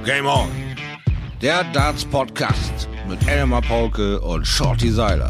Game On. Der Darts Podcast mit Elmar Paulke und Shorty Seiler.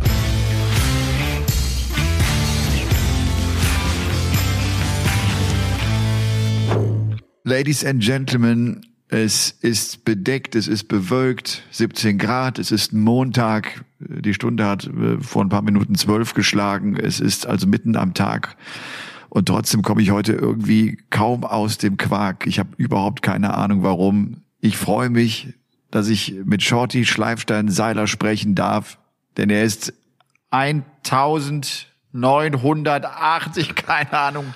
Ladies and Gentlemen, es ist bedeckt, es ist bewölkt, 17 Grad, es ist Montag, die Stunde hat vor ein paar Minuten 12 geschlagen, es ist also mitten am Tag und trotzdem komme ich heute irgendwie kaum aus dem Quark. Ich habe überhaupt keine Ahnung warum. Ich freue mich, dass ich mit Shorty Schleifstein-Seiler sprechen darf, denn er ist 1980, keine Ahnung.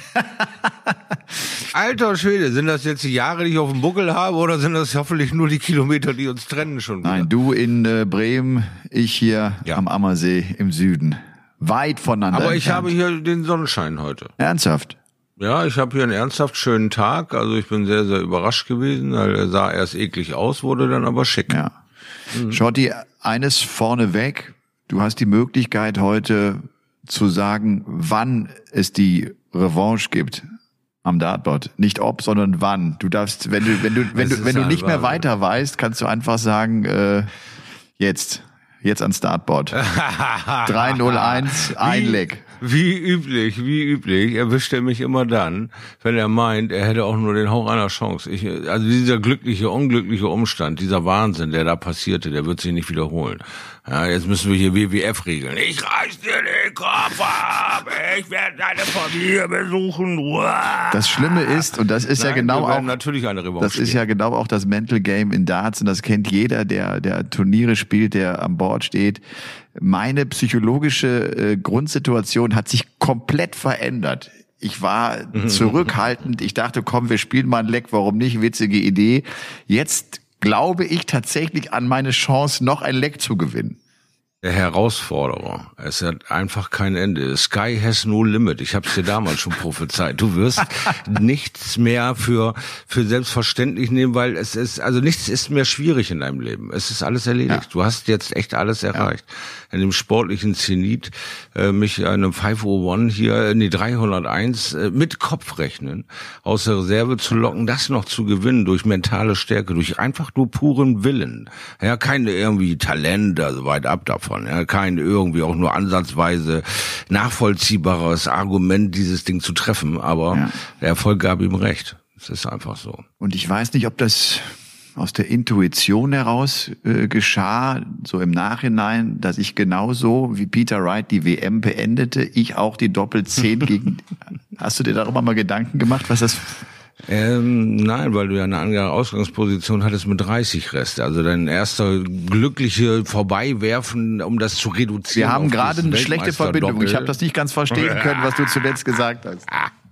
Alter Schwede, sind das jetzt die Jahre, die ich auf dem Buckel habe, oder sind das hoffentlich nur die Kilometer, die uns trennen schon wieder? Nein, du in Bremen, ich hier am Ammersee im Süden. Weit voneinander Aber entfernt. ich habe hier den Sonnenschein heute. Ernsthaft? Ja, ich habe hier einen ernsthaft schönen Tag. Also ich bin sehr, sehr überrascht gewesen, weil er sah erst eklig aus, wurde dann aber schick. Ja. Shorty, eines vorneweg. Du hast die Möglichkeit heute zu sagen, wann es die Revanche gibt am Dartboard. Nicht ob, sondern wann. Du darfst, wenn du nicht mehr weiter weißt, kannst du einfach sagen, jetzt ans Dartboard. 3-0-1, ein Leck. Wie üblich, erwischt er mich immer dann, wenn er meint, er hätte auch nur den Hauch einer Chance. Also dieser unglückliche Umstand, dieser Wahnsinn, der da passierte, der wird sich nicht wiederholen. Ja, jetzt müssen wir hier WWF regeln. Ich reiß dir den Kopf ab, ich werde deine Familie besuchen. Das Schlimme ist, und das ist ja genau auch, natürlich eine Revanche das ist ja genau auch das Mental Game in Darts, und das kennt jeder, der Turniere spielt, der am Board steht. Meine psychologische Grundsituation hat sich komplett verändert. Ich war zurückhaltend. Ich dachte, komm, wir spielen mal ein Leck, warum nicht? Witzige Idee. Jetzt glaube ich tatsächlich an meine Chance, noch ein Leck zu gewinnen. Der Herausforderer. Es hat einfach kein Ende. Sky has no limit. Ich habe es dir damals schon prophezeit. Du wirst nichts mehr für selbstverständlich nehmen, weil nichts ist mehr schwierig in deinem Leben. Es ist alles erledigt. Ja. Du hast jetzt echt alles erreicht. Ja. In dem sportlichen Zenit mich in einem 301 mit Kopf rechnen, aus der Reserve zu locken, das noch zu gewinnen durch mentale Stärke, durch einfach nur puren Willen. Ja, keine irgendwie Talent, also weit ab davon. Ja, kein irgendwie auch nur ansatzweise nachvollziehbares Argument, dieses Ding zu treffen, aber der Erfolg gab ihm recht. Es ist einfach so. Und ich weiß nicht, ob das aus der Intuition heraus geschah, so im Nachhinein, dass ich genauso wie Peter Wright die WM beendete, ich auch die Doppel-10 gegen... Hast du dir darüber mal Gedanken gemacht, was das... Nein, weil du ja eine andere Ausgangsposition hattest mit 30 Reste. Also dein erster glückliche Vorbeiwerfen, um das zu reduzieren. Wir haben gerade eine schlechte Verbindung. Ich habe das nicht ganz verstehen können, was du zuletzt gesagt hast.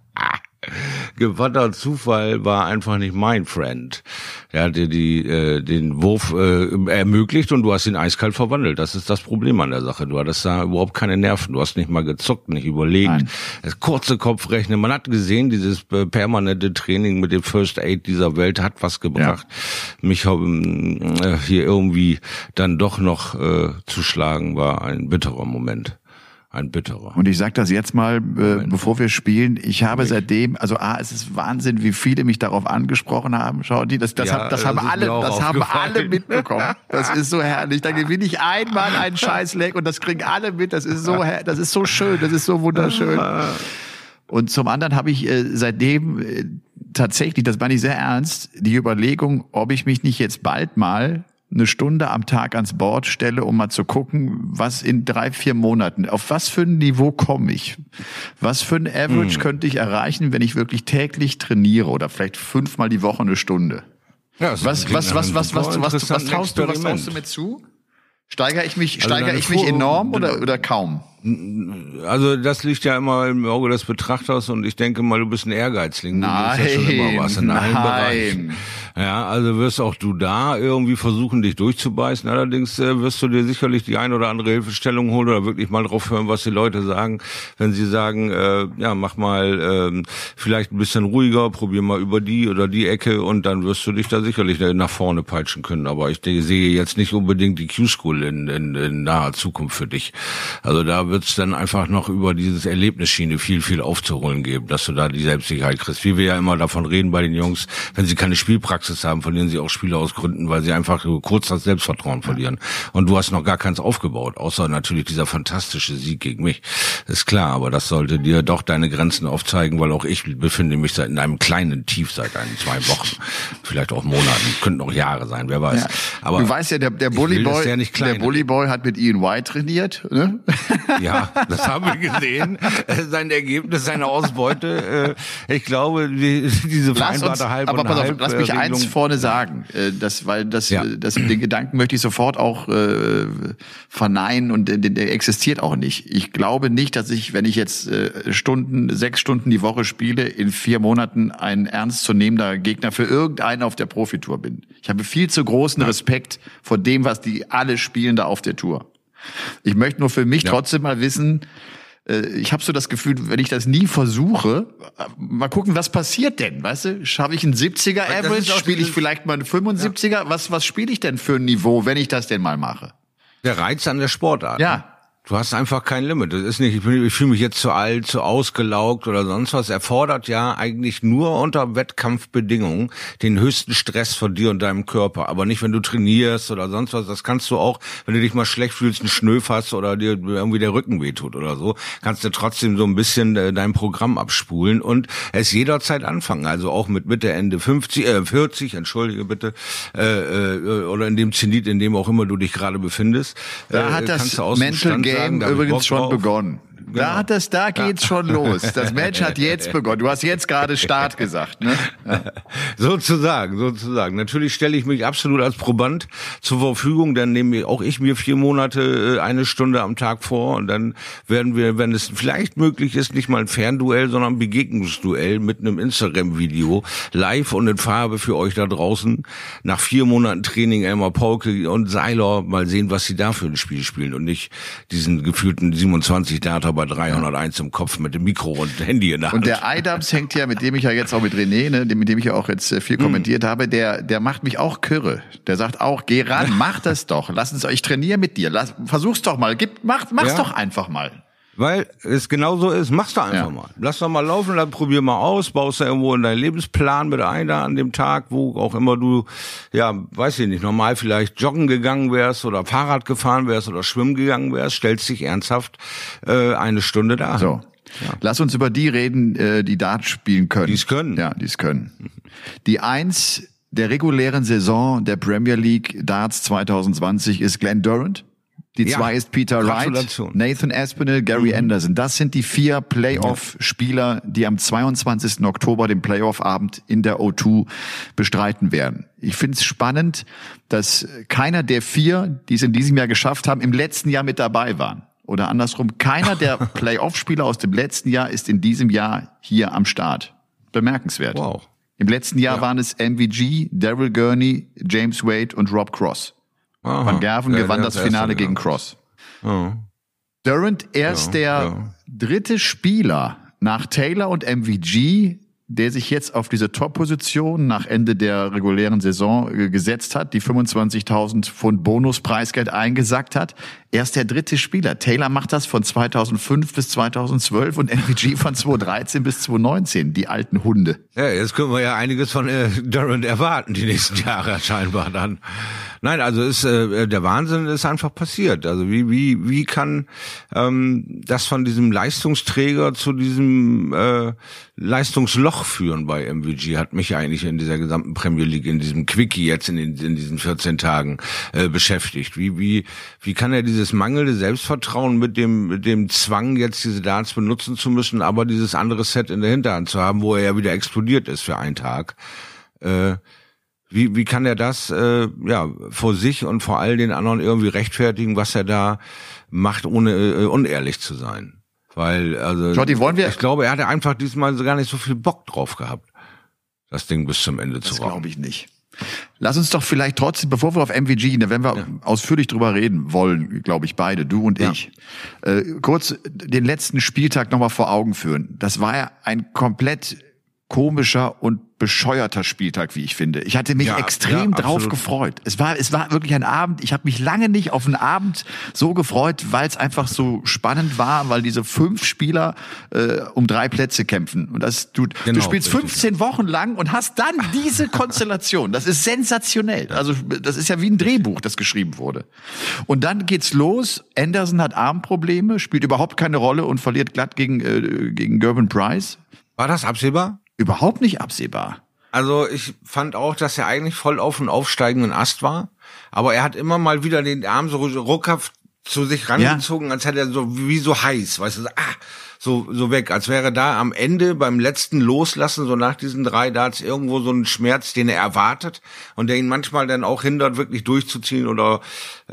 Gewandter Zufall war einfach nicht mein Friend. Er hatte den Wurf ermöglicht und du hast ihn eiskalt verwandelt. Das ist das Problem an der Sache. Du hattest da überhaupt keine Nerven. Du hast nicht mal gezuckt, nicht überlegt. Das kurze Kopfrechnen. Man hat gesehen, dieses permanente Training mit dem First Aid dieser Welt hat was gebracht. Ja. Mich hier irgendwie dann doch noch zu schlagen, war ein bitterer Moment. Ein bitterer. Und ich sag das jetzt mal, bevor wir spielen. Ich habe seitdem, es ist Wahnsinn, wie viele mich darauf angesprochen haben. Schau, das haben alle mitbekommen. Das ist so herrlich. Da gewinne ich einmal einen Scheißleck und das kriegen alle mit. Das ist so schön, das ist so wunderschön. Und zum anderen habe ich seitdem tatsächlich, das meine ich sehr ernst, die Überlegung, ob ich mich nicht jetzt bald mal eine Stunde am Tag ans Board stelle, um mal zu gucken, was in 3-4 Monaten, auf was für ein Niveau komme ich? Was für ein Average könnte ich erreichen, wenn ich wirklich täglich trainiere oder vielleicht 5-mal die Woche eine Stunde? Ja, was traust du mir zu? Steigere ich mich enorm oder kaum? Also das liegt ja immer im Auge des Betrachters und ich denke mal, du bist ein Ehrgeizling. Nein, du bist ja schon immer was in allen Bereichen. Ja, also wirst auch du da irgendwie versuchen, dich durchzubeißen. Allerdings wirst du dir sicherlich die ein oder andere Hilfestellung holen oder wirklich mal drauf hören, was die Leute sagen. Wenn sie sagen, mach mal vielleicht ein bisschen ruhiger, probier mal über die oder die Ecke und dann wirst du dich da sicherlich nach vorne peitschen können. Aber ich sehe jetzt nicht unbedingt die Q-School in naher Zukunft für dich. Also da wird es dann einfach noch über dieses Erlebnisschiene viel aufzuholen geben, dass du da die Selbstsicherheit kriegst. Wie wir ja immer davon reden bei den Jungs, wenn sie keine Spielpraxis Praxis haben, verlieren sie auch Spiele aus Gründen, weil sie einfach kurz das Selbstvertrauen verlieren. Und du hast noch gar keins aufgebaut, außer natürlich dieser fantastische Sieg gegen mich. Ist klar, aber das sollte dir doch deine Grenzen aufzeigen, weil auch ich befinde mich in einem kleinen Tief seit 2 Wochen. Vielleicht auch Monaten, könnten auch Jahre sein, wer weiß. Ja. Aber du weißt ja, der Bullyboy, ja der Bullyboy hat mit Ian White trainiert, ne? Ja, das haben wir gesehen. Sein Ergebnis, seine Ausbeute. Ich glaube, diese vereinbarte Halb und aber pass auf, Halb. Lass mich eins vorne sagen, den Gedanken möchte ich sofort auch verneinen und der existiert auch nicht. Ich glaube nicht, dass ich, wenn ich jetzt 6 Stunden die Woche spiele, in 4 Monaten ein ernstzunehmender Gegner für irgendeinen auf der Profitour bin. Ich habe viel zu großen Respekt vor dem, was die alle spielen da auf der Tour. Ich möchte nur für mich trotzdem mal wissen, ich habe so das Gefühl, wenn ich das nie versuche, mal gucken, was passiert denn, weißt du? Schaffe ich einen 70er Average, spiele ich vielleicht mal einen 75er? Ja. Was spiele ich denn für ein Niveau, wenn ich das denn mal mache? Der Reiz an der Sportart. Ja. Du hast einfach kein Limit. Das ist nicht, ich fühle mich jetzt zu alt, zu ausgelaugt oder sonst was. Erfordert ja eigentlich nur unter Wettkampfbedingungen den höchsten Stress von dir und deinem Körper. Aber nicht, wenn du trainierst oder sonst was. Das kannst du auch, wenn du dich mal schlecht fühlst, einen Schnöf hast oder dir irgendwie der Rücken wehtut oder so, kannst du trotzdem so ein bisschen dein Programm abspulen und es jederzeit anfangen. Also auch mit Mitte, Ende 40, entschuldige bitte, oder in dem Zenit, in dem auch immer du dich gerade befindest. Da hat das Mental Game übrigens schon begonnen. Genau. Da geht's schon los. Das Match hat jetzt begonnen. Du hast jetzt gerade Start gesagt, ne? Ja. Sozusagen. Natürlich stelle ich mich absolut als Proband zur Verfügung. Dann nehme auch ich mir 4 Monate 1 Stunde am Tag vor und dann werden wir, wenn es vielleicht möglich ist, nicht mal ein Fernduell, sondern ein Begegnungsduell mit einem Instagram-Video live und in Farbe für euch da draußen. Nach 4 Monaten Training Elmar Paulke und Seiler mal sehen, was sie da für ein Spiel spielen und nicht diesen gefühlten 27 Data bei 301 im Kopf mit dem Mikro und Handy in der Hand. Und der Idubbbz hängt ja, mit dem ich ja jetzt auch mit René, ne, mit dem ich ja auch jetzt viel kommentiert habe, der macht mich auch kirre. Der sagt auch, geh ran, mach das doch. Ich trainiere mit dir. Versuch's doch mal. Mach's doch einfach mal. Weil es genau so ist, machst du einfach mal. Lass doch mal laufen, dann probier mal aus, baust da irgendwo in deinen Lebensplan mit ein da an dem Tag, wo auch immer du, weiß ich nicht, normal vielleicht joggen gegangen wärst oder Fahrrad gefahren wärst oder schwimmen gegangen wärst, stellst dich ernsthaft 1 Stunde da. So. Ja. Lass uns über die reden, die Dart spielen können. Die es können. Ja, die es können. Die 1 der regulären Saison der Premier League Darts 2020 ist Glenn Durrant. Die 2 ist Peter Wright, Nathan Aspinall, Gary Anderson. Das sind die 4 Playoff-Spieler, die am 22. Oktober den Playoff-Abend in der O2 bestreiten werden. Ich finde es spannend, dass keiner der 4, die es in diesem Jahr geschafft haben, im letzten Jahr mit dabei waren. Oder andersrum, keiner der Playoff-Spieler aus dem letzten Jahr ist in diesem Jahr hier am Start. Bemerkenswert. Wow. Im letzten Jahr waren es MVG, Daryl Gurney, James Wade und Rob Cross. Van Gerven gewann das Finale gegen Cross. Durant erst der 3. Spieler nach Taylor und MVG, der sich jetzt auf diese Top-Position nach Ende der regulären Saison gesetzt hat, die 25.000 Pfund Bonuspreisgeld eingesackt hat. Erst der 3. Spieler. Taylor macht das von 2005 bis 2012 und MVG von 2013 bis 2019, die alten Hunde. Ja, jetzt können wir ja einiges von Durant erwarten, die nächsten Jahre scheinbar dann. Nein, also der Wahnsinn ist einfach passiert. Also wie kann das von diesem Leistungsträger zu diesem Leistungsloch führen bei MVG? Hat mich eigentlich in dieser gesamten Premier League, in diesem Quickie jetzt in diesen 14 Tagen beschäftigt. Wie kann er dieses mangelnde Selbstvertrauen mit dem Zwang, jetzt diese Darts benutzen zu müssen, aber dieses andere Set in der Hinterhand zu haben, wo er ja wieder explodiert ist für einen Tag? Wie kann er das vor sich und vor all den anderen irgendwie rechtfertigen, was er da macht, ohne unehrlich zu sein? Weil Jotti, ich glaube, er hatte einfach diesmal gar nicht so viel Bock drauf gehabt, das Ding bis zum Ende zu rocken. Das glaube ich nicht. Lass uns doch vielleicht trotzdem, bevor wir auf MVG, da werden wir ausführlich drüber reden wollen, glaube ich, beide, du und ich, kurz den letzten Spieltag nochmal vor Augen führen. Das war ja ein komplett komischer und bescheuerter Spieltag, wie ich finde. Ich hatte mich extrem drauf gefreut. Es war wirklich ein Abend, ich habe mich lange nicht auf einen Abend so gefreut, weil es einfach so spannend war, weil diese 5 Spieler um 3 Plätze kämpfen. Und du spielst 15 Wochen lang und hast dann diese Konstellation. Das ist sensationell. Also das ist ja wie ein Drehbuch, das geschrieben wurde. Und dann geht's los. Anderson hat Armprobleme, spielt überhaupt keine Rolle und verliert glatt gegen Gervin Price. War das absehbar? Überhaupt nicht absehbar. Also ich fand auch, dass er eigentlich voll auf dem aufsteigenden Ast war. Aber er hat immer mal wieder den Arm so ruckhaft zu sich rangezogen, als hätte er so wie so heiß, weißt du, so weg, als wäre da am Ende beim letzten Loslassen, so nach diesen 3 Darts irgendwo so ein Schmerz, den er erwartet und der ihn manchmal dann auch hindert, wirklich durchzuziehen oder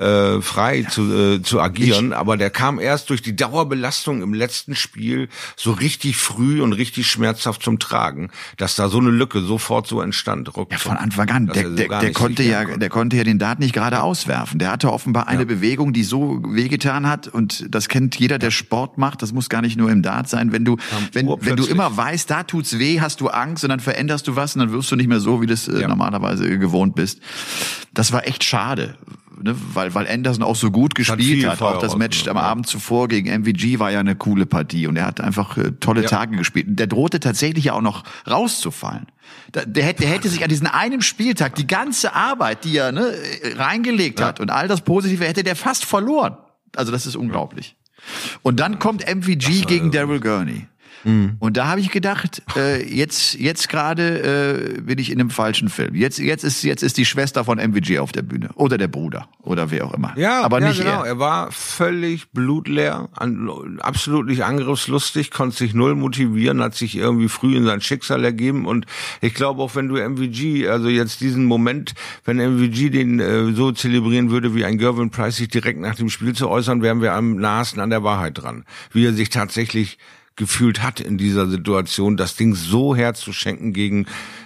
frei zu agieren. Aber der kam erst durch die Dauerbelastung im letzten Spiel so richtig früh und richtig schmerzhaft zum Tragen, dass da so eine Lücke sofort so entstand. Ja, von Anfang an. Der konnte ja den Dart nicht gerade auswerfen. Der hatte offenbar eine Bewegung, die so wehgetan hat und das kennt jeder, der Sport macht. Das muss gar nicht nur im Dart sein. Wenn du immer weißt, da tut's weh, hast du Angst und dann veränderst du was und dann wirst du nicht mehr so, wie du es normalerweise gewohnt bist. Das war echt schade. Ne, weil Anderson auch so gut gespielt hat. Auch das Match am Abend zuvor gegen MVG war ja eine coole Partie und er hat einfach tolle Tage gespielt. Und der drohte tatsächlich ja auch noch rauszufallen. Der hätte sich an diesen einen Spieltag die ganze Arbeit, die er reingelegt hat und all das Positive, hätte der fast verloren. Also das ist unglaublich. Und dann kommt MVG gegen Daryl Gurney. Und da habe ich gedacht, jetzt gerade bin ich in einem falschen Film. Jetzt ist die Schwester von MVG auf der Bühne oder der Bruder oder wer auch immer. Ja, aber nicht genau. Er war völlig blutleer, absolut nicht angriffslustig, konnte sich null motivieren, hat sich irgendwie früh in sein Schicksal ergeben. Und ich glaube auch, wenn du MVG, also jetzt diesen Moment, wenn MVG den so zelebrieren würde, wie ein Gervin Price sich direkt nach dem Spiel zu äußern, wären wir am nahesten an der Wahrheit dran. Wie er sich tatsächlich gefühlt hat in dieser Situation, das Ding so herzuschenken gegen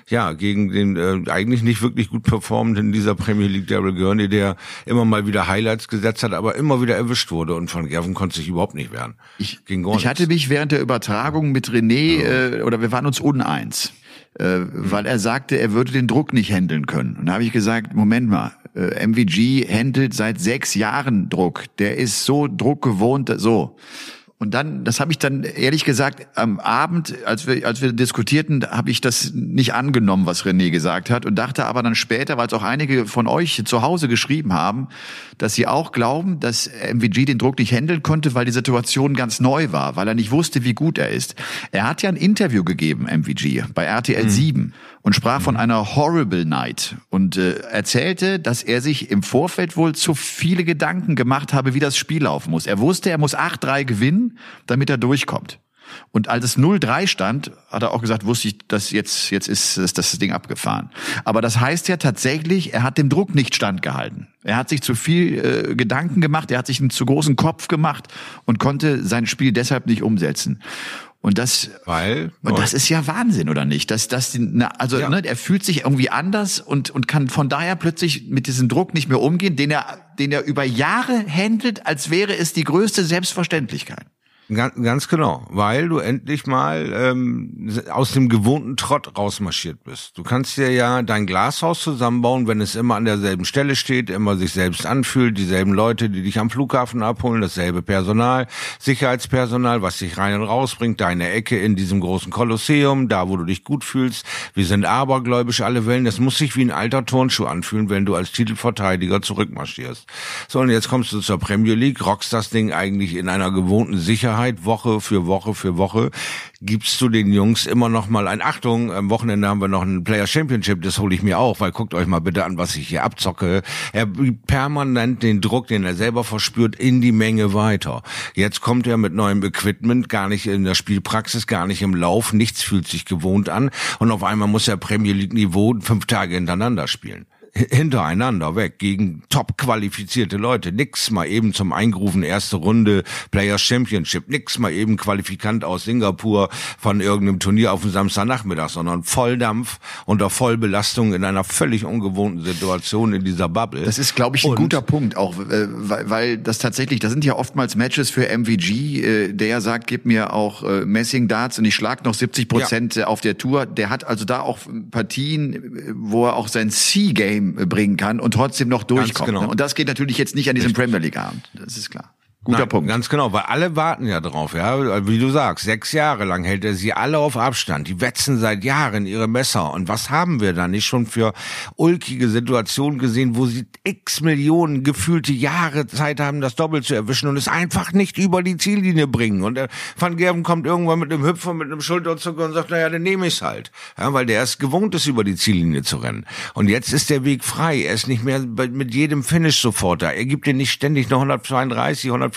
den eigentlich nicht wirklich gut performenden in dieser Premier League Daryl Gurney, der immer mal wieder Highlights gesetzt hat, aber immer wieder erwischt wurde und von Gervin konnte sich überhaupt nicht wehren. Ich hatte mich während der Übertragung mit René, oder wir waren uns uneins, weil er sagte, er würde den Druck nicht handeln können. Und da habe ich gesagt, Moment mal, MVG handelt seit 6 Jahren Druck. Der ist so Druck gewohnt, so. Und dann, das habe ich dann ehrlich gesagt am Abend, als wir diskutierten, habe ich das nicht angenommen, was René gesagt hat und dachte aber dann später, weil es auch einige von euch zu Hause geschrieben haben, dass sie auch glauben, dass MVG den Druck nicht handeln konnte, weil die Situation ganz neu war, weil er nicht wusste, wie gut er ist. Er hat ja ein Interview gegeben, MVG, bei RTL 7 und sprach von einer horrible night und erzählte, dass er sich im Vorfeld wohl zu viele Gedanken gemacht habe, wie das Spiel laufen muss. Er wusste, er muss 8-3 gewinnen, damit er durchkommt. Und als es 0-3 stand, hat er auch gesagt, wusste ich, dass jetzt ist das Ding abgefahren. Aber das heißt ja tatsächlich, er hat dem Druck nicht standgehalten. Er hat sich zu viel Gedanken gemacht, er hat sich einen zu großen Kopf gemacht und konnte sein Spiel deshalb nicht umsetzen. Und das ist ja Wahnsinn, oder nicht? Er fühlt sich irgendwie anders und kann von daher plötzlich mit diesem Druck nicht mehr umgehen, den er über Jahre handelt, als wäre es die größte Selbstverständlichkeit. Ganz genau, weil du endlich mal aus dem gewohnten Trott rausmarschiert bist. Du kannst dir ja dein Glashaus zusammenbauen, wenn es immer an derselben Stelle steht, immer sich selbst anfühlt, dieselben Leute, die dich am Flughafen abholen, dasselbe Personal, Sicherheitspersonal, was dich rein und raus bringt, deine Ecke in diesem großen Kolosseum, da wo du dich gut fühlst. Wir sind abergläubisch, alle Wellen. Das muss sich wie ein alter Turnschuh anfühlen, wenn du als Titelverteidiger zurückmarschierst. So, und jetzt kommst du zur Premier League, rockst das Ding eigentlich in einer gewohnten Sicherheit, Woche für Woche, gibst du den Jungs immer noch mal ein Achtung, am Wochenende haben wir noch ein Player Championship, das hole ich mir auch, weil guckt euch mal bitte an, was ich hier abzocke. Er permanent den Druck, den er selber verspürt, in die Menge weiter. Jetzt kommt er mit neuem Equipment, gar nicht in der Spielpraxis, gar nicht im Lauf, nichts fühlt sich gewohnt an und auf einmal muss er Premier League Niveau 5 Tage hintereinander spielen. hintereinander weg gegen top qualifizierte Leute. Nix mal eben zum Eingrufen erste Runde Players Championship. Nix mal eben Qualifikant aus Singapur von irgendeinem Turnier auf dem Samstagnachmittag, sondern Volldampf unter Vollbelastung in einer völlig ungewohnten Situation in dieser Bubble. Das ist, glaube ich, ein guter Punkt auch, weil das tatsächlich, das sind ja oftmals Matches für MVG, der sagt, gib mir auch Messing Darts und ich schlag noch 70% auf der Tour. Der hat also da auch Partien, wo er auch sein C-Game bringen kann und trotzdem noch durchkommt. Genau. Und das geht natürlich jetzt nicht an diesem Premier League Abend. Das ist klar. Guter Punkt. Ganz genau, weil alle warten ja drauf, ja. Wie du sagst, 6 Jahre lang hält er sie alle auf Abstand. Die wetzen seit Jahren ihre Messer. Und was haben wir da nicht schon für ulkige Situationen gesehen, wo sie x Millionen gefühlte Jahre Zeit haben, das Doppel zu erwischen und es einfach nicht über die Ziellinie bringen. Und Van Gerwen kommt irgendwann mit einem Hüpfer, mit einem Schulterzucker und sagt, naja, dann nehme ich's halt. Ja, weil der ist gewohnt ist, über die Ziellinie zu rennen. Und jetzt ist der Weg frei. Er ist nicht mehr mit jedem Finish sofort da. Er gibt dir nicht ständig noch 132, 144,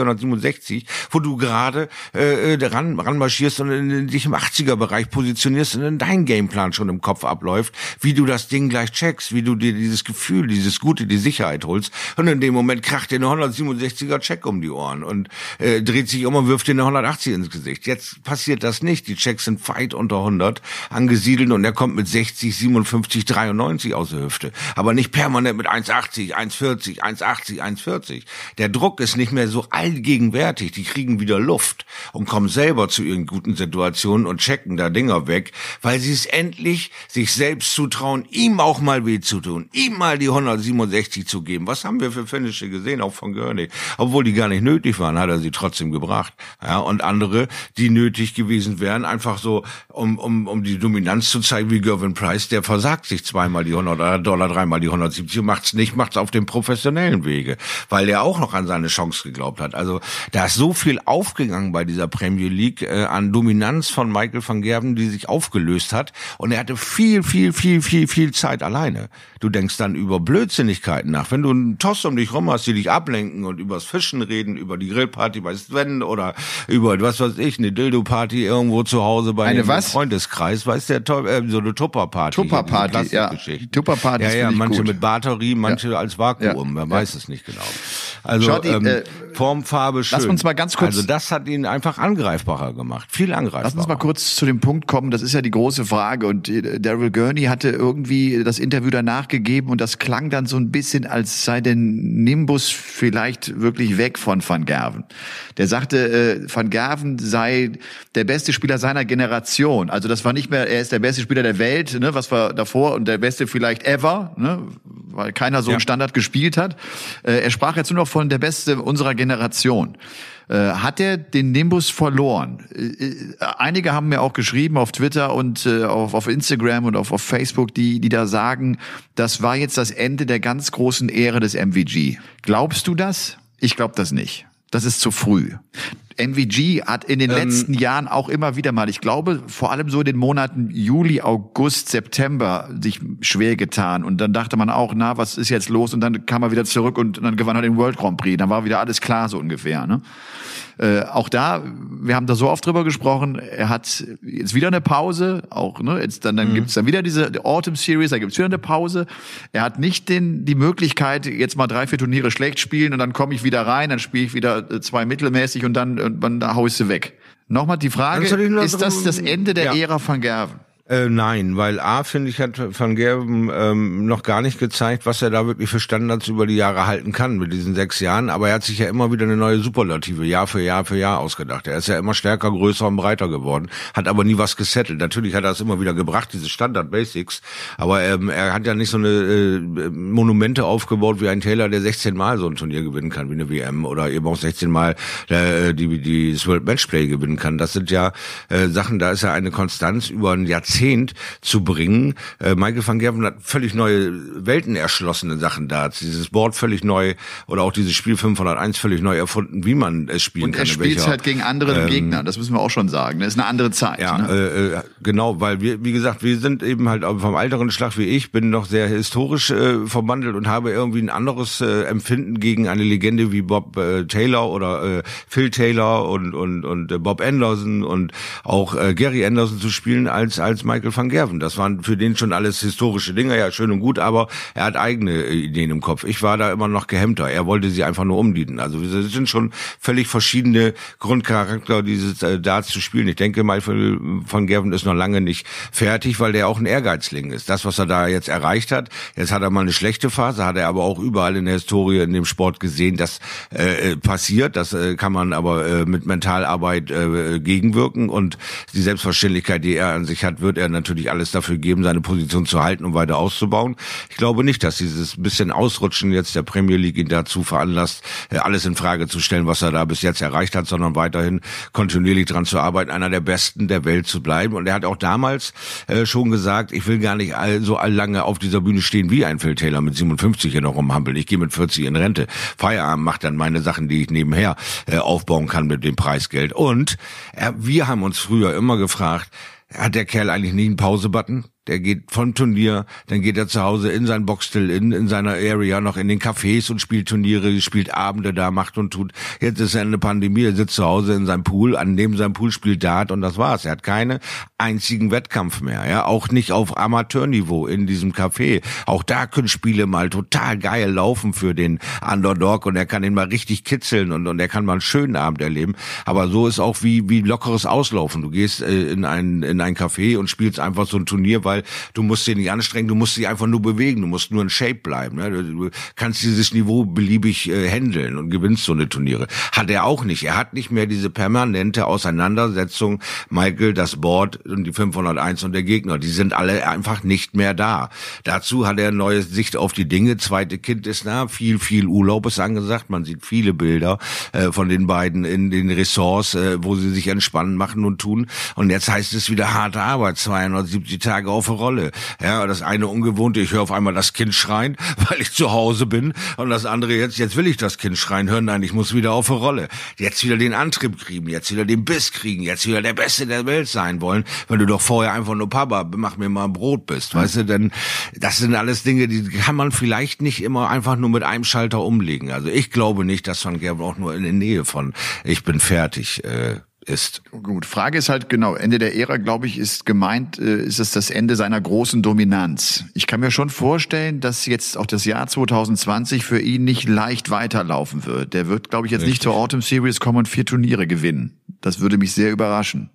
167, wo du gerade ranmarschierst und dich im 80er-Bereich positionierst und dein Gameplan schon im Kopf abläuft, wie du das Ding gleich checkst, wie du dir dieses Gefühl, dieses Gute, die Sicherheit holst. Und in dem Moment kracht dir eine 167er Check um die Ohren und dreht sich um und wirft dir eine 180 ins Gesicht. Jetzt passiert das nicht. Die Checks sind weit unter 100 angesiedelt und er kommt mit 60, 57, 93 aus der Hüfte. Aber nicht permanent mit 1,80, 1,40, 1,80, 1,40. Der Druck ist nicht mehr so allgegenwärtig. Die kriegen wieder Luft und kommen selber zu ihren guten Situationen und checken da Dinger weg, weil sie es endlich sich selbst zutrauen, ihm auch mal weh zu tun, ihm mal die 167 zu geben. Was haben wir für Finishe gesehen, auch von Gurney? Obwohl die gar nicht nötig waren, hat er sie trotzdem gebracht. Ja, und andere, die nötig gewesen wären, einfach so, um die Dominanz zu zeigen, wie Gervin Price, der versagt sich zweimal die $100, dreimal die 170 und macht's nicht, macht's auf dem professionellen Wege, weil er auch noch an seine Chance geglaubt hat. Also da ist so viel aufgegangen bei dieser Premier League an Dominanz von Michael van Gerwen, die sich aufgelöst hat, und er hatte viel Zeit alleine. Du denkst dann über Blödsinnigkeiten nach. Wenn du einen Toss um dich rum hast, die dich ablenken und übers Fischen reden, über die Grillparty bei Sven oder über, was weiß ich, eine Dildo-Party irgendwo zu Hause bei einem Freundeskreis, weißt du, so eine Tupper-Party. Tupper-Party, ja. Tupper-Party ja, manche gut. Mit Batterie, manche als Vakuum, wer weiß es nicht genau. Also Form, Farbe, schön. Lass uns mal ganz kurz. Also das hat ihn einfach angreifbarer gemacht, viel angreifbarer. Lass uns mal kurz zu dem Punkt kommen, das ist ja die große Frage, und Daryl Gurney hatte irgendwie das Interview danach gegeben und das klang dann so ein bisschen, als sei der Nimbus vielleicht wirklich weg von Van Gerwen. Der sagte, Van Gerwen sei der beste Spieler seiner Generation. Also das war nicht mehr, er ist der beste Spieler der Welt, ne, was war davor, und der beste vielleicht ever, ne, weil keiner so einen Standard gespielt hat. Er sprach jetzt nur noch von der Beste unserer Generation. Hat er den Nimbus verloren? Einige haben mir auch geschrieben auf Twitter und auf Instagram und auf Facebook, die da sagen, das war jetzt das Ende der ganz großen Ära des MVG. Glaubst du das? Ich glaube das nicht. Das ist zu früh. MVG hat in den letzten Jahren auch immer wieder mal, ich glaube, vor allem so in den Monaten Juli, August, September sich schwer getan. Und dann dachte man auch, na, was ist jetzt los? Und dann kam er wieder zurück und dann gewann er den World Grand Prix. Dann war wieder alles klar, so ungefähr, ne? Auch da, wir haben da so oft drüber gesprochen, er hat jetzt wieder eine Pause, auch, ne, jetzt dann gibt's dann wieder diese Autumn Series, da gibt's wieder eine Pause. Er hat nicht die Möglichkeit, jetzt mal 3-4 Turniere schlecht spielen und dann komme ich wieder rein, dann spiele ich wieder 2 mittelmäßig und dann hau ich sie weg. Nochmal die Frage, ist das Ende der Ära Van Gerwen? Nein, weil finde ich, hat Van Gerwen noch gar nicht gezeigt, was er da wirklich für Standards über die Jahre halten kann mit diesen 6 Jahren. Aber er hat sich ja immer wieder eine neue Superlative Jahr für Jahr ausgedacht. Er ist ja immer stärker, größer und breiter geworden, hat aber nie was gesettelt. Natürlich hat er es immer wieder gebracht, diese Standard-Basics. Aber er hat ja nicht so eine Monumente aufgebaut wie ein Taylor, der 16 Mal so ein Turnier gewinnen kann, wie eine WM, oder eben auch 16 Mal das World Matchplay gewinnen kann. Das sind ja Sachen, da ist ja eine Konstanz über ein Jahrzehnt zu bringen. Michael van Gerwen hat völlig neue Welten erschlossene Sachen da. Dieses Board völlig neu, oder auch dieses Spiel 501 völlig neu erfunden, wie man es spielen kann. Und er spielt halt gegen andere Gegner, das müssen wir auch schon sagen. Das ist eine andere Zeit. Ja, ne? Genau, weil wir, wie gesagt, wir sind eben halt vom älteren Schlag wie ich, bin noch sehr historisch verwandelt und habe irgendwie ein anderes Empfinden gegen eine Legende wie Bob Taylor oder Phil Taylor und Bob Anderson und auch Gary Anderson zu spielen als Michael van Gerwen. Das waren für den schon alles historische Dinge, ja, schön und gut, aber er hat eigene Ideen im Kopf. Ich war da immer noch gehemmter. Er wollte sie einfach nur umdienen. Also wir sind schon völlig verschiedene Grundcharakter, dieses Darts zu spielen. Ich denke, Michael van Gerwen ist noch lange nicht fertig, weil der auch ein Ehrgeizling ist. Das, was er da jetzt erreicht hat, jetzt hat er mal eine schlechte Phase, hat er aber auch überall in der Historie in dem Sport gesehen, das passiert. Das kann man aber mit Mentalarbeit gegenwirken, und die Selbstverständlichkeit, die er an sich hat, wird er natürlich alles dafür geben, seine Position zu halten und weiter auszubauen. Ich glaube nicht, dass dieses bisschen Ausrutschen jetzt der Premier League ihn dazu veranlasst, alles in Frage zu stellen, was er da bis jetzt erreicht hat, sondern weiterhin kontinuierlich dran zu arbeiten, einer der Besten der Welt zu bleiben. Und er hat auch damals schon gesagt, ich will gar nicht so lange auf dieser Bühne stehen wie ein Phil Taylor mit 57 hier noch rumhampeln. Ich gehe mit 40 in Rente. Feierabend, macht dann meine Sachen, die ich nebenher aufbauen kann mit dem Preisgeld. Und wir haben uns früher immer gefragt, hat der Kerl eigentlich nie einen Pause-Button? Der geht vom Turnier, dann geht er zu Hause in sein Boxstill, in seiner Area, noch in den Cafés und spielt Turniere, spielt Abende da, macht und tut. Jetzt ist er in der Pandemie, er sitzt zu Hause in seinem Pool, neben seinem Pool spielt Dart, und das war's. Er hat keinen einzigen Wettkampf mehr, ja, auch nicht auf Amateurniveau in diesem Café. Auch da können Spiele mal total geil laufen für den Underdog, und er kann ihn mal richtig kitzeln, und er kann mal einen schönen Abend erleben. Aber so ist auch wie lockeres Auslaufen. Du gehst in ein Café und spielst einfach so ein Turnier, weil du musst dich nicht anstrengen, du musst dich einfach nur bewegen, du musst nur in Shape bleiben. Ne? Du kannst dieses Niveau beliebig handeln und gewinnst so eine Turniere. Hat er auch nicht. Er hat nicht mehr diese permanente Auseinandersetzung, Michael, das Board und die 501 und der Gegner. Die sind alle einfach nicht mehr da. Dazu hat er eine neue Sicht auf die Dinge. Zweite Kind ist da, viel Urlaub ist angesagt. Man sieht viele Bilder von den beiden in den Ressorts, wo sie sich entspannen, machen und tun. Und jetzt heißt es wieder harte Arbeit, 270 Tage auf Rolle. Ja, das eine Ungewohnte, ich höre auf einmal das Kind schreien, weil ich zu Hause bin, und das andere jetzt will ich das Kind schreien hören, nein, ich muss wieder auf eine Rolle. Jetzt wieder den Antrieb kriegen, jetzt wieder den Biss kriegen, jetzt wieder der Beste der Welt sein wollen, wenn du doch vorher einfach nur Papa, mach mir mal ein Brot bist, weißt du, denn das sind alles Dinge, die kann man vielleicht nicht immer einfach nur mit einem Schalter umlegen. Also ich glaube nicht, dass Van Gerwen auch nur in der Nähe von ich bin fertig ist. Gut, Frage ist halt genau, Ende der Ära, glaube ich, ist gemeint, ist es das Ende seiner großen Dominanz. Ich kann mir schon vorstellen, dass jetzt auch das Jahr 2020 für ihn nicht leicht weiterlaufen wird. Der wird, glaube ich, jetzt nicht zur Autumn Series kommen und 4 Turniere gewinnen. Das würde mich sehr überraschen.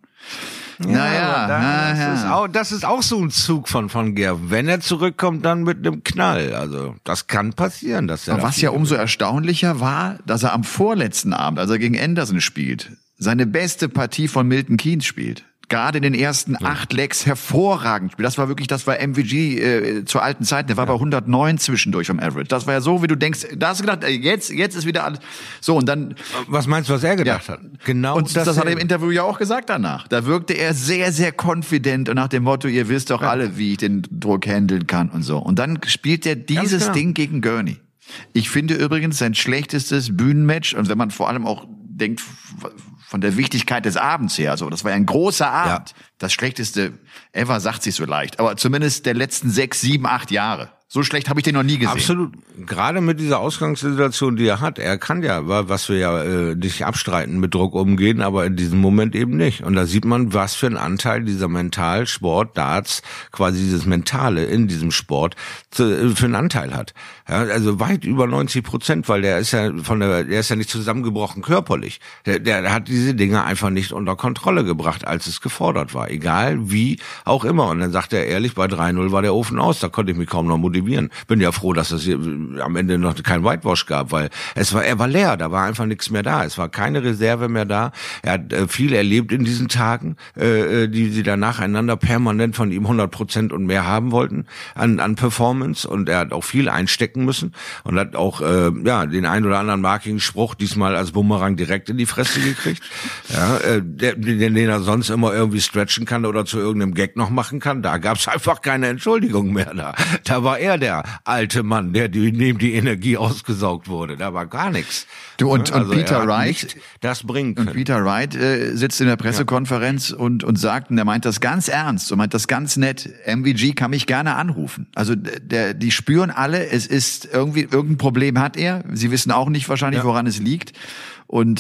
Das ist auch so ein Zug von Gerwen. Wenn er zurückkommt, dann mit einem Knall. Also das kann passieren. Dass er Aber was ja umso erstaunlicher war, dass er am vorletzten Abend, als er gegen Anderson spielt, seine beste Partie von Milton Keynes spielt. Gerade in den ersten 8 Legs hervorragend spielt. Das war MVG zur alten Zeit. Der war bei 109 zwischendurch vom Average. Das war ja so, wie du denkst, da hast du gedacht, jetzt ist wieder alles. So, und dann. Was meinst du, was er gedacht hat? Genau. Und das hat er im Interview ja auch gesagt danach. Da wirkte er sehr, sehr confident und nach dem Motto, ihr wisst doch alle, wie ich den Druck handeln kann und so. Und dann spielt er dieses Ding gegen Gurney. Ich finde übrigens sein schlechtestes Bühnenmatch, und wenn man vor allem auch denkt, von der Wichtigkeit des Abends her, also das war ja ein großer Abend, das schlechteste ever, sagt sich so leicht, aber zumindest der letzten 6, 7, 8 Jahre. So schlecht habe ich den noch nie gesehen. Absolut. Gerade mit dieser Ausgangssituation, die er hat. Er kann ja, was wir ja nicht abstreiten, mit Druck umgehen, aber in diesem Moment eben nicht. Und da sieht man, was für einen Anteil dieser Mentalsport, Darts, quasi dieses Mentale in diesem Sport für einen Anteil hat. Ja, also weit über 90%, weil der ist ja nicht zusammengebrochen körperlich. Der hat diese Dinge einfach nicht unter Kontrolle gebracht, als es gefordert war. Egal wie auch immer. Und dann sagt er ehrlich, bei 3-0 war der Ofen aus. Da konnte ich mich kaum noch motivieren. Bin ja froh, dass es hier am Ende noch kein Whitewash gab, weil er war leer, da war einfach nichts mehr da. Es war keine Reserve mehr da. Er hat viel erlebt in diesen Tagen, die sie dann nacheinander permanent von ihm 100% und mehr haben wollten an Performance, und er hat auch viel einstecken müssen und hat auch den ein oder anderen markigen Spruch diesmal als Bumerang direkt in die Fresse gekriegt. Ja, den er sonst immer irgendwie stretchen kann oder zu irgendeinem Gag noch machen kann. Da gab's einfach keine Entschuldigung mehr da. Da war er der alte Mann, dem die Energie ausgesaugt wurde. Da war gar nichts. Du und Peter Wright, das bringen können. Und Peter Wright sitzt in der Pressekonferenz und sagt, und er meint das ganz ernst und meint das ganz nett, MVG kann mich gerne anrufen. Also die spüren alle, es ist irgendein Problem hat er. Sie wissen auch nicht wahrscheinlich, woran es liegt. Und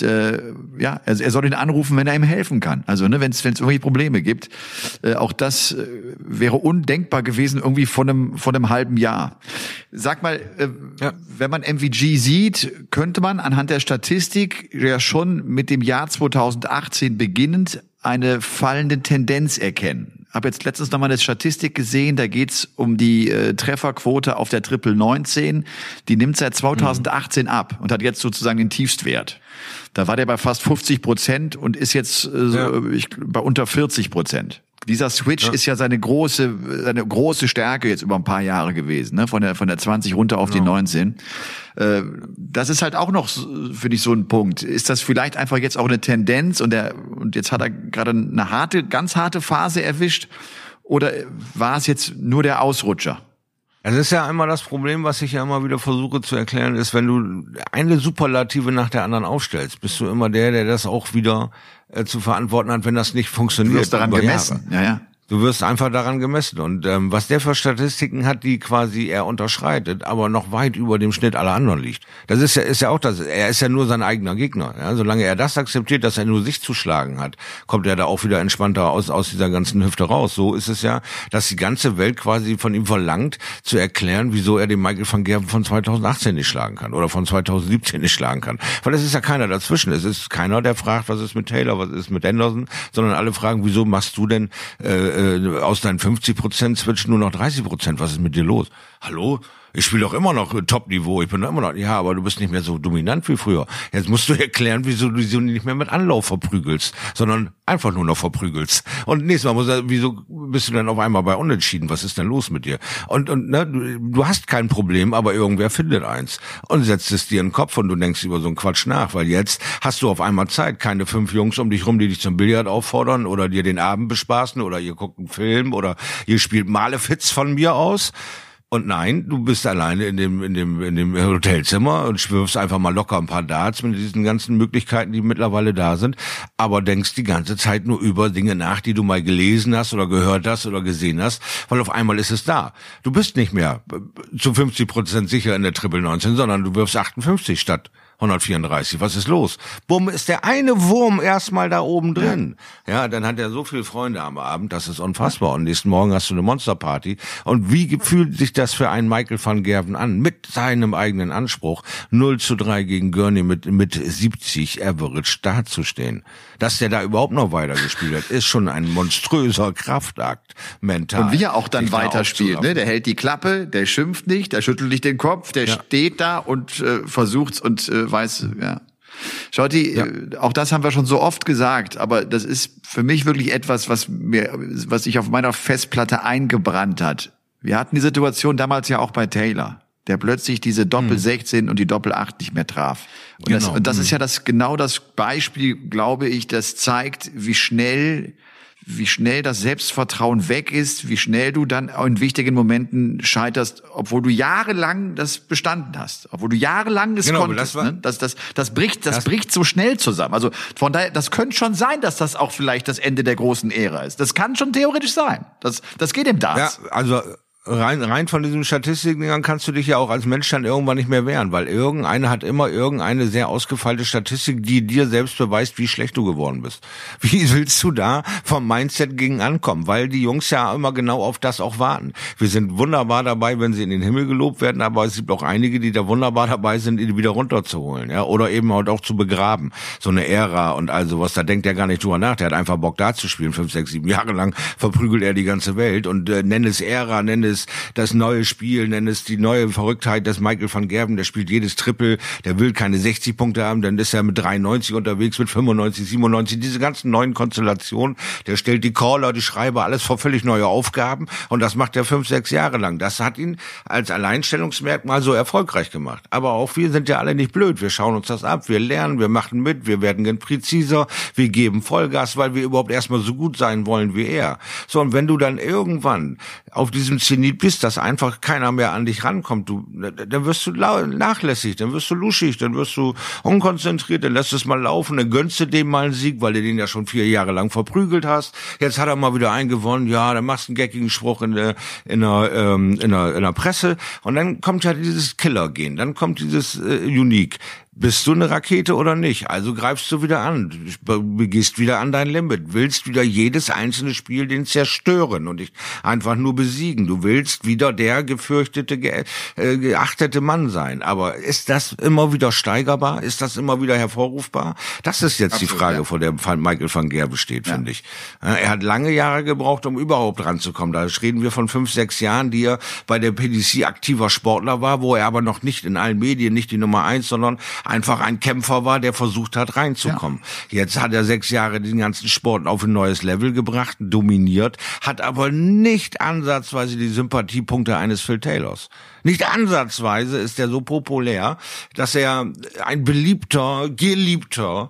er soll ihn anrufen, wenn er ihm helfen kann. Also wenn es irgendwelche Probleme gibt. Auch das wäre undenkbar gewesen irgendwie vor einem halben Jahr. Sag mal, wenn man MVG sieht, könnte man anhand der Statistik ja schon mit dem Jahr 2018 beginnend eine fallende Tendenz erkennen. Habe jetzt letztens nochmal eine Statistik gesehen, da geht's um die Trefferquote auf der Triple 19. Die nimmt seit 2018 ab und hat jetzt sozusagen den Tiefstwert. Da war der bei fast 50% und ist jetzt bei unter 40%. Dieser Switch ist ja seine große Stärke jetzt über ein paar Jahre gewesen, ne? Von der 20 runter auf die 19. Das ist halt auch noch, finde ich, so ein Punkt. Ist das vielleicht einfach jetzt auch eine Tendenz und jetzt hat er gerade eine ganz harte Phase erwischt? Oder war es jetzt nur der Ausrutscher? Es ist ja einmal das Problem, was ich ja immer wieder versuche zu erklären, ist, wenn du eine Superlative nach der anderen aufstellst, bist du immer der das auch wieder zu verantworten hat, wenn das nicht funktioniert. Du wirst daran gemessen. Ja. Du wirst einfach daran gemessen. Und was der für Statistiken hat, die quasi er unterschreitet, aber noch weit über dem Schnitt aller anderen liegt. Das ist ja auch das. Er ist ja nur sein eigener Gegner. Ja? Solange er das akzeptiert, dass er nur sich zu schlagen hat, kommt er da auch wieder entspannter aus dieser ganzen Hüfte raus. So ist es ja, dass die ganze Welt quasi von ihm verlangt, zu erklären, wieso er den Michael van Gerwen von 2018 nicht schlagen kann oder von 2017 nicht schlagen kann. Weil es ist ja keiner dazwischen. Es ist keiner, der fragt, was ist mit Taylor, was ist mit Anderson, sondern alle fragen, wieso machst du denn aus deinen 50% Switch nur noch 30%. Was ist mit dir los? Hallo? Ich spiele doch immer noch Top-Niveau. Ich bin doch immer noch, ja, aber du bist nicht mehr so dominant wie früher. Jetzt musst du erklären, wieso du sie nicht mehr mit Anlauf verprügelst, sondern einfach nur noch verprügelst. Und nächstes Mal wieso bist du dann auf einmal bei Unentschieden? Was ist denn los mit dir? Und du hast kein Problem, aber irgendwer findet eins und setzt es dir in den Kopf und du denkst über so einen Quatsch nach, weil jetzt hast du auf einmal Zeit, keine 5 Jungs um dich rum, die dich zum Billard auffordern oder dir den Abend bespaßen oder ihr guckt einen Film oder ihr spielt Malefiz von mir aus. Und nein, du bist alleine in dem Hotelzimmer und wirfst einfach mal locker ein paar Darts mit diesen ganzen Möglichkeiten, die mittlerweile da sind, aber denkst die ganze Zeit nur über Dinge nach, die du mal gelesen hast oder gehört hast oder gesehen hast, weil auf einmal ist es da. Du bist nicht mehr zu 50% sicher in der Triple 19, sondern du wirfst 58 statt 134. Was ist los? Bumm, ist der eine Wurm erstmal da oben drin. Ja, dann hat er so viele Freunde am Abend, das ist unfassbar. Und nächsten Morgen hast du eine Monsterparty. Und wie fühlt sich das für einen Michael van Gerwen an? Mit seinem eigenen Anspruch, 0:3 gegen Gurney mit 70 Average dazustehen. Dass der da überhaupt noch weitergespielt hat, ist schon ein monströser Kraftakt, mental. Und wie er auch dann weiterspielt, ne? Der hält die Klappe, der schimpft nicht, der schüttelt nicht den Kopf, der steht da und versucht's und weiß, ja. Schotti, auch das haben wir schon so oft gesagt, aber das ist für mich wirklich etwas, was sich auf meiner Festplatte eingebrannt hat. Wir hatten die Situation damals ja auch bei Taylor, der plötzlich diese Doppel-16 und die Doppel-8 nicht mehr traf. Und das ist ja genau das Beispiel, glaube ich, das zeigt, wie schnell das Selbstvertrauen weg ist, wie schnell du dann in wichtigen Momenten scheiterst, obwohl du jahrelang das bestanden hast, obwohl du jahrelang das konntest. Das bricht so schnell zusammen. Also von daher, das könnte schon sein, dass das auch vielleicht das Ende der großen Ära ist. Das kann schon theoretisch sein. Das geht im Darts. Ja, also rein von diesen Statistiken kannst du dich ja auch als Mensch dann irgendwann nicht mehr wehren, weil irgendeine hat immer irgendeine sehr ausgefeilte Statistik, die dir selbst beweist, wie schlecht du geworden bist. Wie willst du da vom Mindset gegen ankommen? Weil die Jungs ja immer genau auf das auch warten. Wir sind wunderbar dabei, wenn sie in den Himmel gelobt werden, aber es gibt auch einige, die da wunderbar dabei sind, ihn wieder runterzuholen, ja, oder eben halt auch zu begraben. So eine Ära und all sowas, da denkt er gar nicht drüber nach. Der hat einfach Bock da zu spielen. 5, 6, 7 Jahre lang verprügelt er die ganze Welt und nenn es Ära, nenn es das neue Spiel, nenn es die neue Verrücktheit des Michael van Gerwen, der spielt jedes Triple, der will keine 60 Punkte haben, dann ist er mit 93 unterwegs, mit 95, 97, diese ganzen neuen Konstellationen, der stellt die Caller, die Schreiber, alles vor völlig neue Aufgaben und das macht er 5, 6 Jahre lang. Das hat ihn als Alleinstellungsmerkmal so erfolgreich gemacht. Aber auch wir sind ja alle nicht blöd, wir schauen uns das ab, wir lernen, wir machen mit, wir werden präziser, wir geben Vollgas, weil wir überhaupt erstmal so gut sein wollen wie er. So, und wenn du dann irgendwann auf diesem Zenit bist, dass einfach keiner mehr an dich rankommt, dann wirst du nachlässig, dann wirst du luschig, dann wirst du unkonzentriert, dann lässt es mal laufen, dann gönnst du dem mal einen Sieg, weil du den ja schon 4 Jahre lang verprügelt hast. Jetzt hat er mal wieder einen gewonnen, ja, dann machst du einen geckigen Spruch in der Presse und dann kommt ja dieses Killer-Gen, dann kommt dieses Unique. bist du eine Rakete oder nicht? Also greifst du wieder an, gehst wieder an dein Limit, willst wieder jedes einzelne Spiel den zerstören und dich einfach nur besiegen. Du willst wieder der gefürchtete, geachtete Mann sein. Aber ist das immer wieder steigerbar? Ist das immer wieder hervorrufbar? Das ist jetzt absolut die Frage, vor der Michael van Gerwen steht, finde ich. Er hat lange Jahre gebraucht, um überhaupt ranzukommen. Da reden wir von 5, 6 Jahren, die er bei der PDC aktiver Sportler war, wo er aber noch nicht in allen Medien, nicht die Nummer 1, sondern einfach ein Kämpfer war, der versucht hat, reinzukommen. Ja. Jetzt hat er 6 Jahre den ganzen Sport auf ein neues Level gebracht, dominiert, hat aber nicht ansatzweise die Sympathiepunkte eines Phil Taylors. Nicht ansatzweise ist er so populär, dass er ein beliebter, geliebter,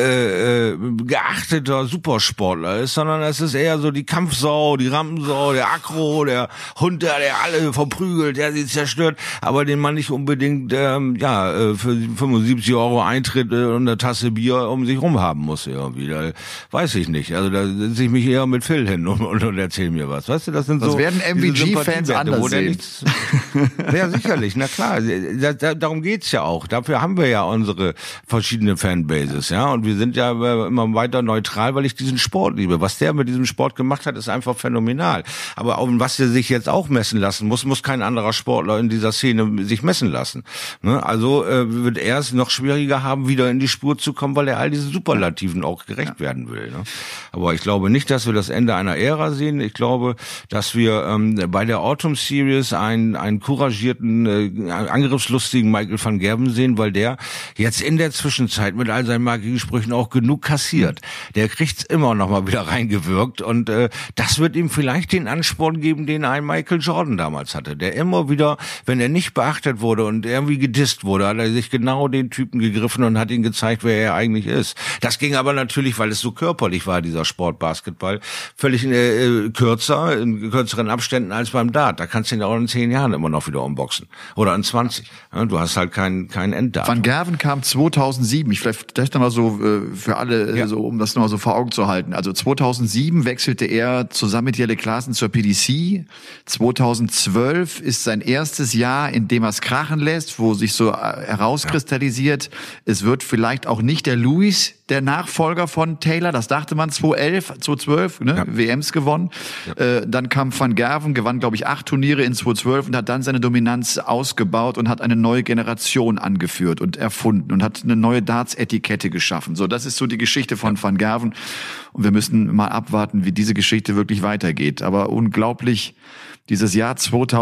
geachteter Supersportler ist, sondern es ist eher so die Kampfsau, die Rampensau, der Aggro, der Hund, der alle verprügelt, der sie zerstört, aber den man nicht unbedingt für 75 € Eintritt und eine Tasse Bier um sich rum haben muss irgendwie. Da weiß ich nicht. Also da setze ich mich eher mit Phil hin und erzähl mir was. Weißt du, das sind das so. Das werden MVG-Fans anders sehen. Ja, sicherlich, na klar. Darum geht's ja auch. Dafür haben wir ja unsere verschiedenen Fanbases, ja. Und wir sind ja immer weiter neutral, weil ich diesen Sport liebe. Was der mit diesem Sport gemacht hat, ist einfach phänomenal. Aber auch, was er sich jetzt auch messen lassen muss kein anderer Sportler in dieser Szene sich messen lassen. Ne? Also wird er es noch schwieriger haben, wieder in die Spur zu kommen, weil er all diesen Superlativen auch gerecht werden will. Ne? Aber ich glaube nicht, dass wir das Ende einer Ära sehen. Ich glaube, dass wir bei der Autumn Series einen couragierten, angriffslustigen Michael van Gerwen sehen, weil der jetzt in der Zwischenzeit mit all seinen Magiesprüchen auch genug kassiert. Der kriegt's immer noch mal wieder reingewirkt und das wird ihm vielleicht den Ansporn geben, den ein Michael Jordan damals hatte, der immer wieder, wenn er nicht beachtet wurde und irgendwie gedisst wurde, hat er sich genau den Typen gegriffen und hat ihm gezeigt, wer er eigentlich ist. Das ging aber natürlich, weil es so körperlich war, dieser Sport Basketball, völlig kürzer, in kürzeren Abständen als beim Dart. Da kannst du ihn auch in 10 Jahren immer noch wieder umboxen. Oder in 20. Ja, du hast halt kein Enddatum. Van Gerwen kam 2007. Ich vielleicht nochmal so für alle, so um das nochmal so vor Augen zu halten. Also 2007 wechselte er zusammen mit Jelle Klaassen zur PDC. 2012 ist sein erstes Jahr, in dem er es krachen lässt, wo sich so herauskristallisiert, es wird vielleicht auch nicht der Lewis, der Nachfolger von Taylor, das dachte man 2012, ne? WMs gewonnen. Ja. Dann kam Van Gerwen, gewann, glaube ich, 8 Turniere in 2012 und hat dann seine Dominanz ausgebaut und hat eine neue Generation angeführt und erfunden und hat eine neue Darts-Etikette geschaffen. So, das ist so die Geschichte von Van Gerwen. Und wir müssen mal abwarten, wie diese Geschichte wirklich weitergeht. Aber unglaublich, dieses Jahr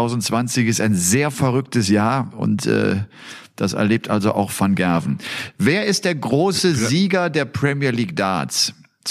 2020 ist ein sehr verrücktes Jahr und das erlebt also auch Van Gerwen. Wer ist der große Sieger der Premier League Darts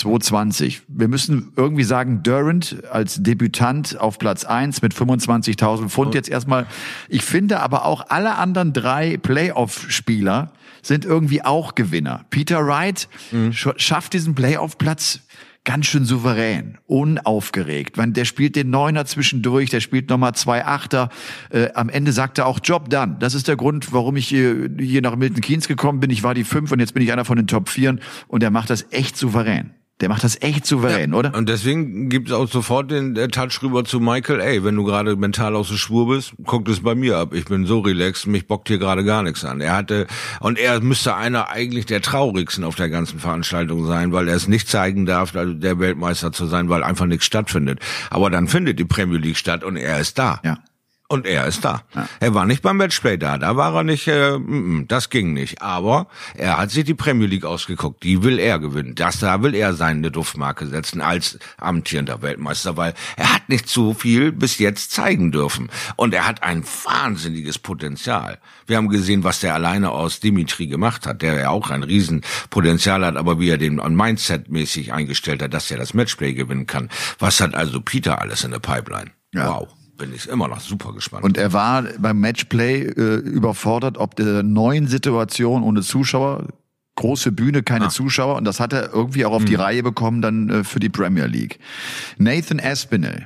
2020? Wir müssen irgendwie sagen, Durrant als Debütant auf Platz 1 mit 25.000 Pfund jetzt erstmal. Ich finde aber auch alle anderen 3 Playoff-Spieler sind irgendwie auch Gewinner. Peter Wright schafft diesen Playoff-Platz ganz schön souverän, unaufgeregt. Der spielt den Neuner zwischendurch, der spielt nochmal 2 Achter. Am Ende sagt er auch, Job done. Das ist der Grund, warum ich hier nach Milton Keynes gekommen bin. Ich war die 5 und jetzt bin ich einer von den Top 4 und er macht das echt souverän. Der macht das echt souverän, oder? Und deswegen gibt es auch sofort den Touch rüber zu Michael, wenn du gerade mental aus der Spur bist, guck das bei mir ab. Ich bin so relaxed, mich bockt hier gerade gar nichts an. Er müsste einer eigentlich der traurigsten auf der ganzen Veranstaltung sein, weil er es nicht zeigen darf, also der Weltmeister zu sein, weil einfach nichts stattfindet. Aber dann findet die Premier League statt und er ist da. Ja. Und er ist da. Ja. Er war nicht beim Matchplay da war er nicht, das ging nicht. Aber er hat sich die Premier League ausgeguckt, die will er gewinnen. Da will er seine Duftmarke setzen als amtierender Weltmeister, weil er hat nicht so viel bis jetzt zeigen dürfen. Und er hat ein wahnsinniges Potenzial. Wir haben gesehen, was der alleine aus Dimitri gemacht hat, der ja auch ein Riesenpotenzial hat, aber wie er den Mindset-mäßig eingestellt hat, dass er das Matchplay gewinnen kann. Was hat also Peter alles in der Pipeline? Ja. Wow. Bin ich immer noch super gespannt. Und er war beim Matchplay überfordert, ob der neuen Situation ohne Zuschauer, große Bühne, keine Zuschauer, und das hat er irgendwie auch auf die Reihe bekommen dann für die Premier League. Nathan Aspinall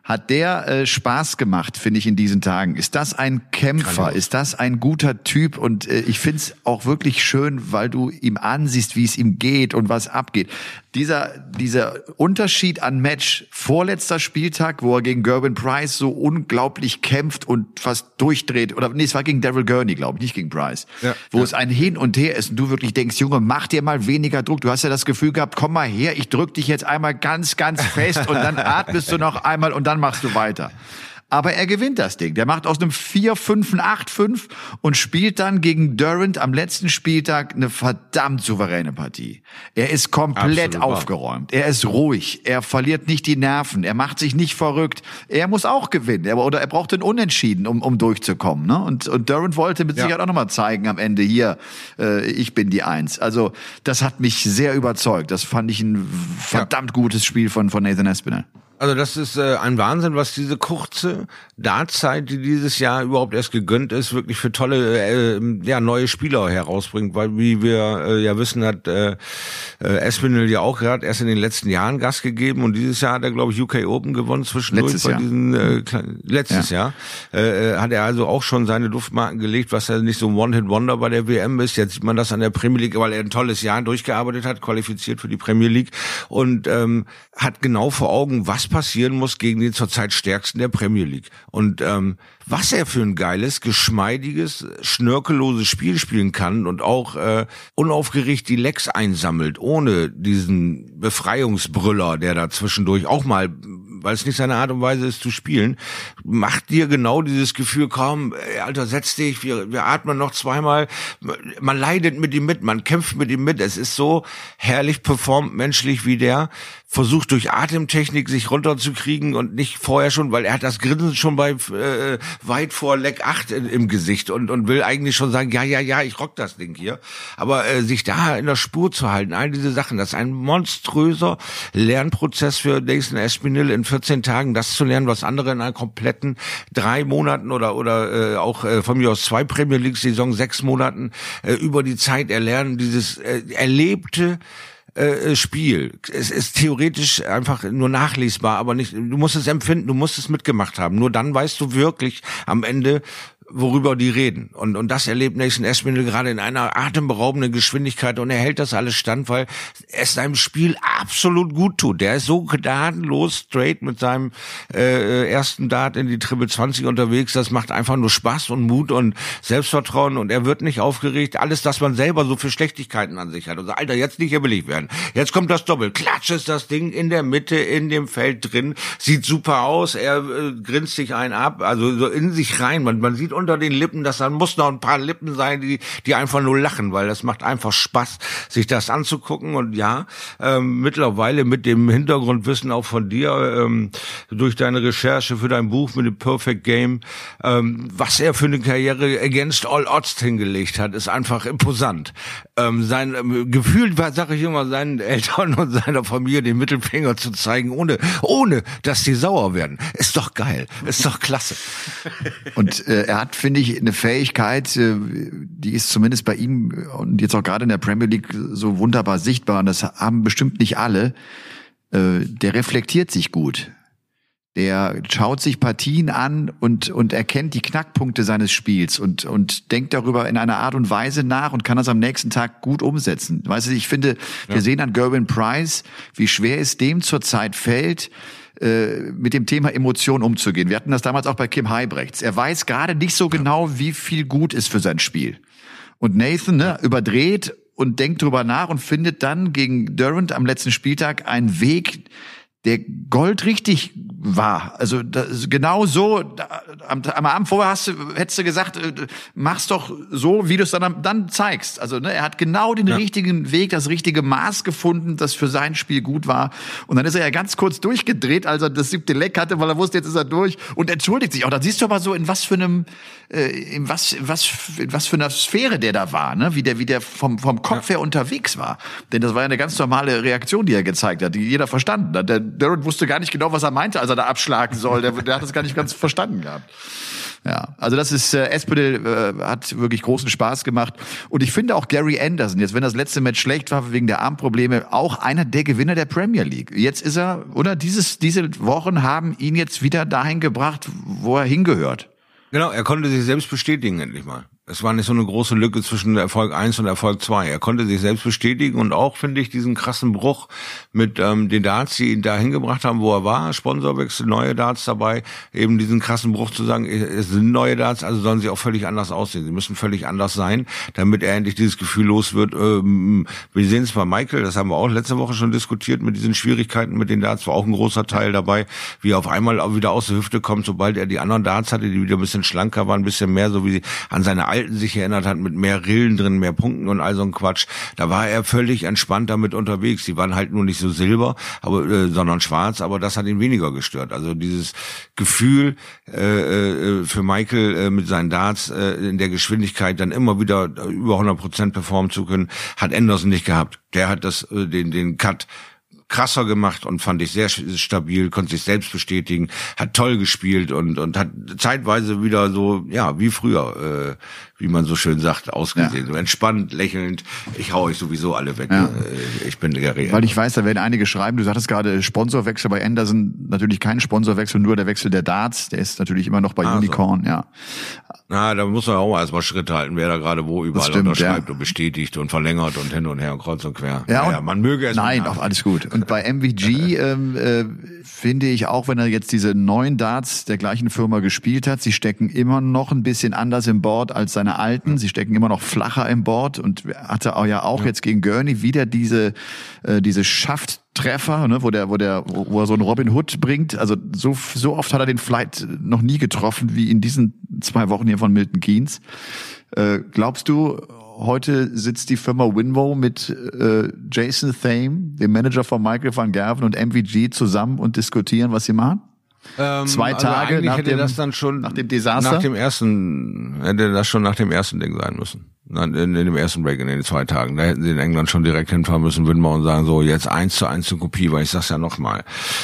hat der Spaß gemacht, finde ich, in diesen Tagen. Ist das ein Kämpfer? Ist das ein guter Typ? Und ich finde es auch wirklich schön, weil du ihm ansiehst, wie es ihm geht und was abgeht. Dieser Unterschied an Match, vorletzter Spieltag, wo er gegen Gerwin Price so unglaublich kämpft und fast durchdreht, oder nee, es war gegen Daryl Gurney, glaube ich, nicht gegen Price, wo es ein Hin und Her ist und du wirklich denkst, Junge, mach dir mal weniger Druck. Du hast ja das Gefühl gehabt, komm mal her, ich drück dich jetzt einmal ganz, ganz fest und dann atmest du noch einmal und dann machst du weiter. Aber er gewinnt das Ding. Der macht aus einem 4-5 ein 8-5 und spielt dann gegen Durant am letzten Spieltag eine verdammt souveräne Partie. Er ist komplett aufgeräumt. Er ist ruhig. Er verliert nicht die Nerven. Er macht sich nicht verrückt. Er muss auch gewinnen. Oder er braucht einen Unentschieden, um durchzukommen. Ne? Und Durant wollte mit Sicherheit auch nochmal zeigen am Ende hier, ich bin die Eins. Also das hat mich sehr überzeugt. Das fand ich ein verdammt gutes Spiel von Nathan Aspinall. Also das ist ein Wahnsinn, was diese kurze Dartzeit, die dieses Jahr überhaupt erst gegönnt ist, wirklich für tolle neue Spieler herausbringt, weil wie wir ja wissen, hat Aspinall ja auch gerade erst in den letzten Jahren Gas gegeben und dieses Jahr hat er, glaube ich, UK Open gewonnen zwischendurch. Letztes Jahr hat er also auch schon seine Duftmarken gelegt, was ja nicht so ein One-Hit-Wonder bei der WM ist. Jetzt sieht man das an der Premier League, weil er ein tolles Jahr durchgearbeitet hat, qualifiziert für die Premier League und hat genau vor Augen, was passieren muss gegen den zurzeit stärksten der Premier League. Und was er für ein geiles, geschmeidiges, schnörkelloses Spiel spielen kann und auch unaufgeregt die Lecks einsammelt, ohne diesen Befreiungsbrüller, der da zwischendurch auch mal, weil es nicht seine Art und Weise ist zu spielen, macht dir genau dieses Gefühl, komm, Alter, setz dich, wir atmen noch zweimal. Man leidet mit ihm mit, man kämpft mit ihm mit. Es ist so herrlich performt menschlich, wie der versucht durch Atemtechnik sich runterzukriegen und nicht vorher schon, weil er hat das Grinsen schon bei weit vor Leck 8 im Gesicht und will eigentlich schon sagen, ja, ich rock das Ding hier. Aber sich da in der Spur zu halten, all diese Sachen, das ist ein monströser Lernprozess für Nathan Aspinall in 14 Tagen, das zu lernen, was andere in einer kompletten 3 Monaten oder auch von mir aus 2 Premier League Saison 6 Monaten über die Zeit erlernen, dieses erlebte Spiel. Es ist theoretisch einfach nur nachlesbar, aber nicht, du musst es empfinden, du musst es mitgemacht haben. Nur dann weißt du wirklich am Ende, worüber die reden. Und das erlebt Nathan Aspinall gerade in einer atemberaubenden Geschwindigkeit und er hält das alles stand, weil es seinem Spiel absolut gut tut. Der ist so gnadenlos straight mit seinem ersten Dart in die Triple 20 unterwegs. Das macht einfach nur Spaß und Mut und Selbstvertrauen und er wird nicht aufgeregt. Alles, das man selber so für Schlechtigkeiten an sich hat. Und sagt, Alter, jetzt nicht hier billig werden. Jetzt kommt das Doppel. Klatsch ist das Ding in der Mitte, in dem Feld drin. Sieht super aus. Er grinst sich einen ab, also so in sich rein. Man sieht unter den Lippen, dass dann muss noch ein paar Lippen sein, die einfach nur lachen, weil das macht einfach Spaß, sich das anzugucken. Und ja, mittlerweile mit dem Hintergrundwissen auch von dir, durch deine Recherche für dein Buch mit dem Perfect Game, was er für eine Karriere against all odds hingelegt hat, ist einfach imposant. Sein Gefühl, sage ich immer, seinen Eltern und seiner Familie den Mittelfinger zu zeigen, ohne dass die sauer werden, ist doch geil, ist doch klasse. Und er hat, finde ich, eine Fähigkeit, die ist zumindest bei ihm und jetzt auch gerade in der Premier League so wunderbar sichtbar und das haben bestimmt nicht alle. Der reflektiert sich gut. Der schaut sich Partien an und erkennt die Knackpunkte seines Spiels und denkt darüber in einer Art und Weise nach und kann das am nächsten Tag gut umsetzen. Weißt du, ich finde, wir sehen an Gerwin Price, wie schwer es dem zurzeit fällt, mit dem Thema Emotionen umzugehen. Wir hatten das damals auch bei Kim Huybrechts. Er weiß gerade nicht so genau, wie viel gut ist für sein Spiel. Und Nathan überdreht und denkt drüber nach und findet dann gegen Durant am letzten Spieltag einen Weg, der goldrichtig war. Also genau so, am Abend vorher hättest du gesagt, mach's doch so, wie du es dann zeigst. Also er hat genau den richtigen Weg, das richtige Maß gefunden, das für sein Spiel gut war. Und dann ist er ja ganz kurz durchgedreht, als er das 7. Leck hatte, weil er wusste, jetzt ist er durch und entschuldigt sich auch. Da siehst du aber so, in was für einer Sphäre der da war, ne? Wie der vom Kopf her unterwegs war. Denn das war ja eine ganz normale Reaktion, die er gezeigt hat, die jeder verstanden hat. Der Durant wusste gar nicht genau, was er meinte, als er da abschlagen soll. Der hat das gar nicht ganz verstanden gehabt. Ja, also das ist, Espinel hat wirklich großen Spaß gemacht. Und ich finde auch Gary Anderson, jetzt wenn das letzte Match schlecht war wegen der Armprobleme, auch einer der Gewinner der Premier League. Jetzt ist er, oder diese Wochen haben ihn jetzt wieder dahin gebracht, wo er hingehört. Genau, er konnte sich selbst bestätigen endlich mal. Es war nicht so eine große Lücke zwischen Erfolg 1 und Erfolg 2. Er konnte sich selbst bestätigen und auch, finde ich, diesen krassen Bruch mit den Darts, die ihn da hingebracht haben, wo er war, Sponsorwechsel, neue Darts dabei, eben diesen krassen Bruch zu sagen, es sind neue Darts, also sollen sie auch völlig anders aussehen. Sie müssen völlig anders sein, damit er endlich dieses Gefühl los wird. Wir sehen es bei Michael, das haben wir auch letzte Woche schon diskutiert, mit diesen Schwierigkeiten mit den Darts, war auch ein großer Teil dabei, wie er auf einmal auch wieder aus der Hüfte kommt, sobald er die anderen Darts hatte, die wieder ein bisschen schlanker waren, ein bisschen mehr so wie sie an seine alten sich erinnert hat, mit mehr Rillen drin, mehr Punkten und all so ein Quatsch. Da war er völlig entspannt damit unterwegs. Die waren halt nur nicht so silber, sondern schwarz, aber das hat ihn weniger gestört. Also dieses Gefühl für Michael mit seinen Darts in der Geschwindigkeit dann immer wieder über 100% performen zu können, hat Anderson nicht gehabt. Der hat den Cut krasser gemacht und fand ich sehr stabil, konnte sich selbst bestätigen, hat toll gespielt und hat zeitweise wieder so, ja, wie früher, wie man so schön sagt, ausgesehen. Ja. So entspannt, lächelnd, ich hau euch sowieso alle weg. Ja. Ich bin Gary. Weil ich weiß, da werden einige schreiben, du sagtest gerade Sponsorwechsel bei Anderson, natürlich kein Sponsorwechsel, nur der Wechsel der Darts, der ist natürlich immer noch bei Unicorn, so. Ja. Na, da muss man auch mal erstmal Schritt halten, wer da gerade wo überall unterschreibt und bestätigt und verlängert und hin und her und kreuz und quer. Ja, man möge es. Nein, auch alles gut. Und bei MVG finde ich auch, wenn er jetzt diese neuen Darts der gleichen Firma gespielt hat, sie stecken immer noch ein bisschen anders im Board als seine alten. Sie stecken immer noch flacher im Board und hatte auch jetzt gegen Gurney wieder diese Schafttreffer, ne, wo er so einen Robin Hood bringt. Also so oft hat er den Flight noch nie getroffen wie in diesen 2 Wochen hier von Milton Keynes. Glaubst du, heute sitzt die Firma Winmo mit Jason Thame, dem Manager von Michael van Gerwen und MVG zusammen und diskutieren, was sie machen? 2 Tage also nach dem Desaster? Hätte das schon nach dem ersten Ding sein müssen. In dem ersten Break in den 2 Tagen. Da hätten sie in England schon direkt hinfahren müssen, Winmo, und sagen so, jetzt 1:1 eine Kopie, weil ich sag's ja nochmal.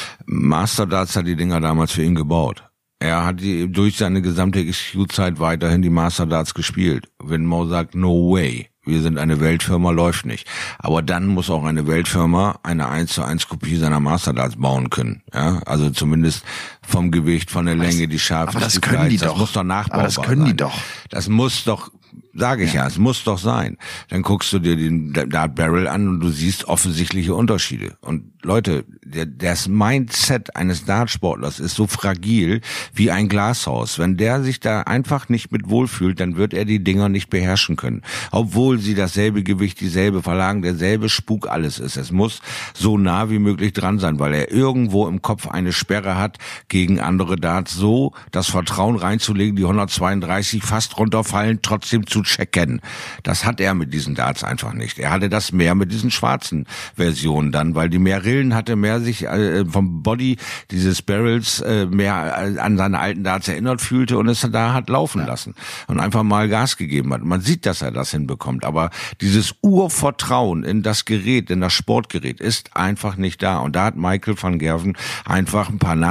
Master Darts hat die Dinger damals für ihn gebaut. Er hat durch seine gesamte XQ-Zeit weiterhin die Master Darts gespielt. Winmo sagt, no way. Wir sind eine Weltfirma, läuft nicht. Aber dann muss auch eine Weltfirma eine 1:1 Kopie seiner Master Darts bauen können. Ja, also zumindest vom Gewicht, von der Länge, die Scharfe. Aber das können die doch. Das muss doch nachbaubar sein. Aber das können die doch. Das muss doch, sage ich ja, es muss doch sein. Dann guckst du dir den Dart Barrel an und du siehst offensichtliche Unterschiede. Und Leute, das Mindset eines Dartsportlers ist so fragil wie ein Glashaus. Wenn der sich da einfach nicht mit wohlfühlt, dann wird er die Dinger nicht beherrschen können. Obwohl sie dasselbe Gewicht, dieselbe Verlagen, derselbe Spuk alles ist. Es muss so nah wie möglich dran sein, weil er irgendwo im Kopf eine Sperre hat, gegen andere Darts so das Vertrauen reinzulegen, die 132 fast runterfallen, trotzdem zu checken. Das hat er mit diesen Darts einfach nicht. Er hatte das mehr mit diesen schwarzen Versionen dann, weil die mehr Rillen hatte, mehr sich vom Body dieses Barrels mehr an seine alten Darts erinnert fühlte und es da hat laufen lassen und einfach mal Gas gegeben hat. Man sieht, dass er das hinbekommt, aber dieses Urvertrauen in das Gerät, in das Sportgerät ist einfach nicht da. Und da hat Michael van Gerwen einfach ein paar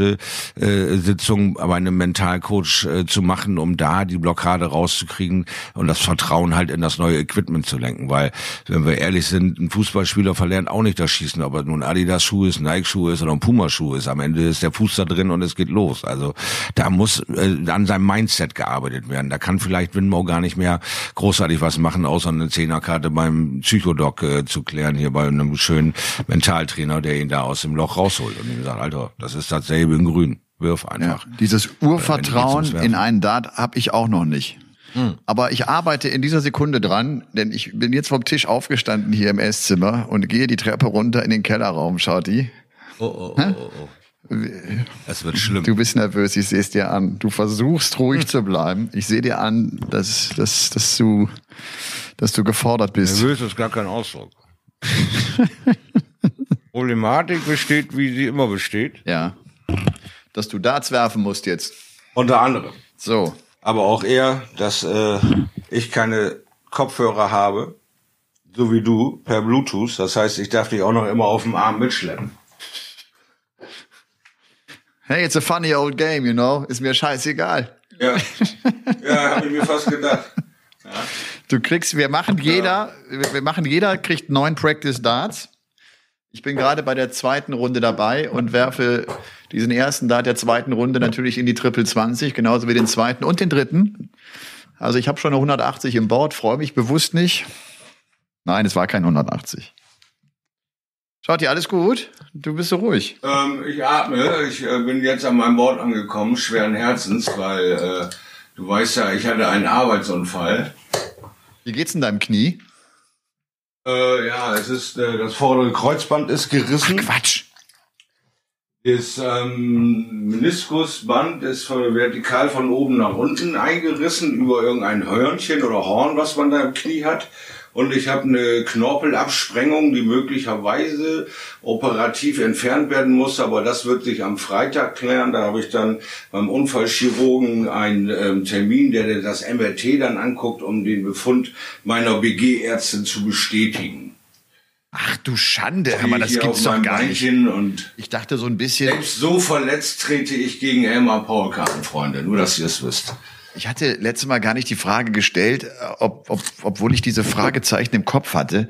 Nachstunde-Sitzungen bei einem Mentalcoach zu machen, um da die Blockade rauszukriegen und das Vertrauen halt in das neue Equipment zu lenken. Weil, wenn wir ehrlich sind, ein Fußballspieler verlernt auch nicht das Schießen, ob er nun Adidas-Schuh ist, Nike-Schuh ist oder ein Puma-Schuh ist. Am Ende ist der Fuß da drin und es geht los. Also da muss an seinem Mindset gearbeitet werden. Da kann vielleicht Winmo gar nicht mehr großartig was machen, außer eine 10er-Karte beim Psychodoc zu klären, hier bei einem schönen Mentaltrainer, der ihn da aus dem Loch rausholt und ihm sagt, Alter, das ist dasselbe in Grün. Wirf einfach. Ja, dieses Urvertrauen in einen Dart habe ich auch noch nicht. Aber ich arbeite in dieser Sekunde dran, denn ich bin jetzt vom Tisch aufgestanden hier im Esszimmer und gehe die Treppe runter in den Kellerraum, Shorty. Oh. Es wird schlimm. Du bist nervös, ich sehe es dir an. Du versuchst ruhig zu bleiben. Ich sehe dir an, dass du gefordert bist. Nervös ist gar kein Ausdruck. Problematik besteht, wie sie immer besteht. Ja. Dass du Darts werfen musst jetzt. Unter anderem. So. Aber auch eher, dass ich keine Kopfhörer habe, so wie du, per Bluetooth. Das heißt, ich darf dich auch noch immer auf dem Arm mitschleppen. Hey, it's a funny old game, you know. Ist mir scheißegal. Ja, habe ich mir fast gedacht. Ja. Wir machen jeder kriegt 9 Practice Darts. Ich bin gerade bei der zweiten Runde dabei und werfe diesen ersten Dart der zweiten Runde natürlich in die Triple 20, genauso wie den zweiten und den dritten. Also ich habe schon eine 180 im Board, freue mich bewusst nicht. Nein, es war kein 180. Schaut dir alles gut? Du bist so ruhig. Ich atme. Ich bin jetzt an meinem Board angekommen, schweren Herzens, weil du weißt ja, ich hatte einen Arbeitsunfall. Wie geht's in deinem Knie? Ja, es ist das vordere Kreuzband ist gerissen. Ach, Quatsch. Das Meniskusband ist vertikal von oben nach unten eingerissen über irgendein Hörnchen oder Horn, was man da im Knie hat. Und ich habe eine Knorpelabsprengung, die möglicherweise operativ entfernt werden muss. Aber das wird sich am Freitag klären. Da habe ich dann beim Unfallchirurgen einen Termin, der das MRT dann anguckt, um den Befund meiner BG-Ärztin zu bestätigen. Ach du Schande, aber das gibt's doch gar nicht. Und ich dachte so ein bisschen... Selbst so verletzt trete ich gegen Elmar Paulka an, Freunde. Nur, dass ihr es wisst. Ich hatte letztes Mal gar nicht die Frage gestellt, obwohl ich diese Fragezeichen im Kopf hatte.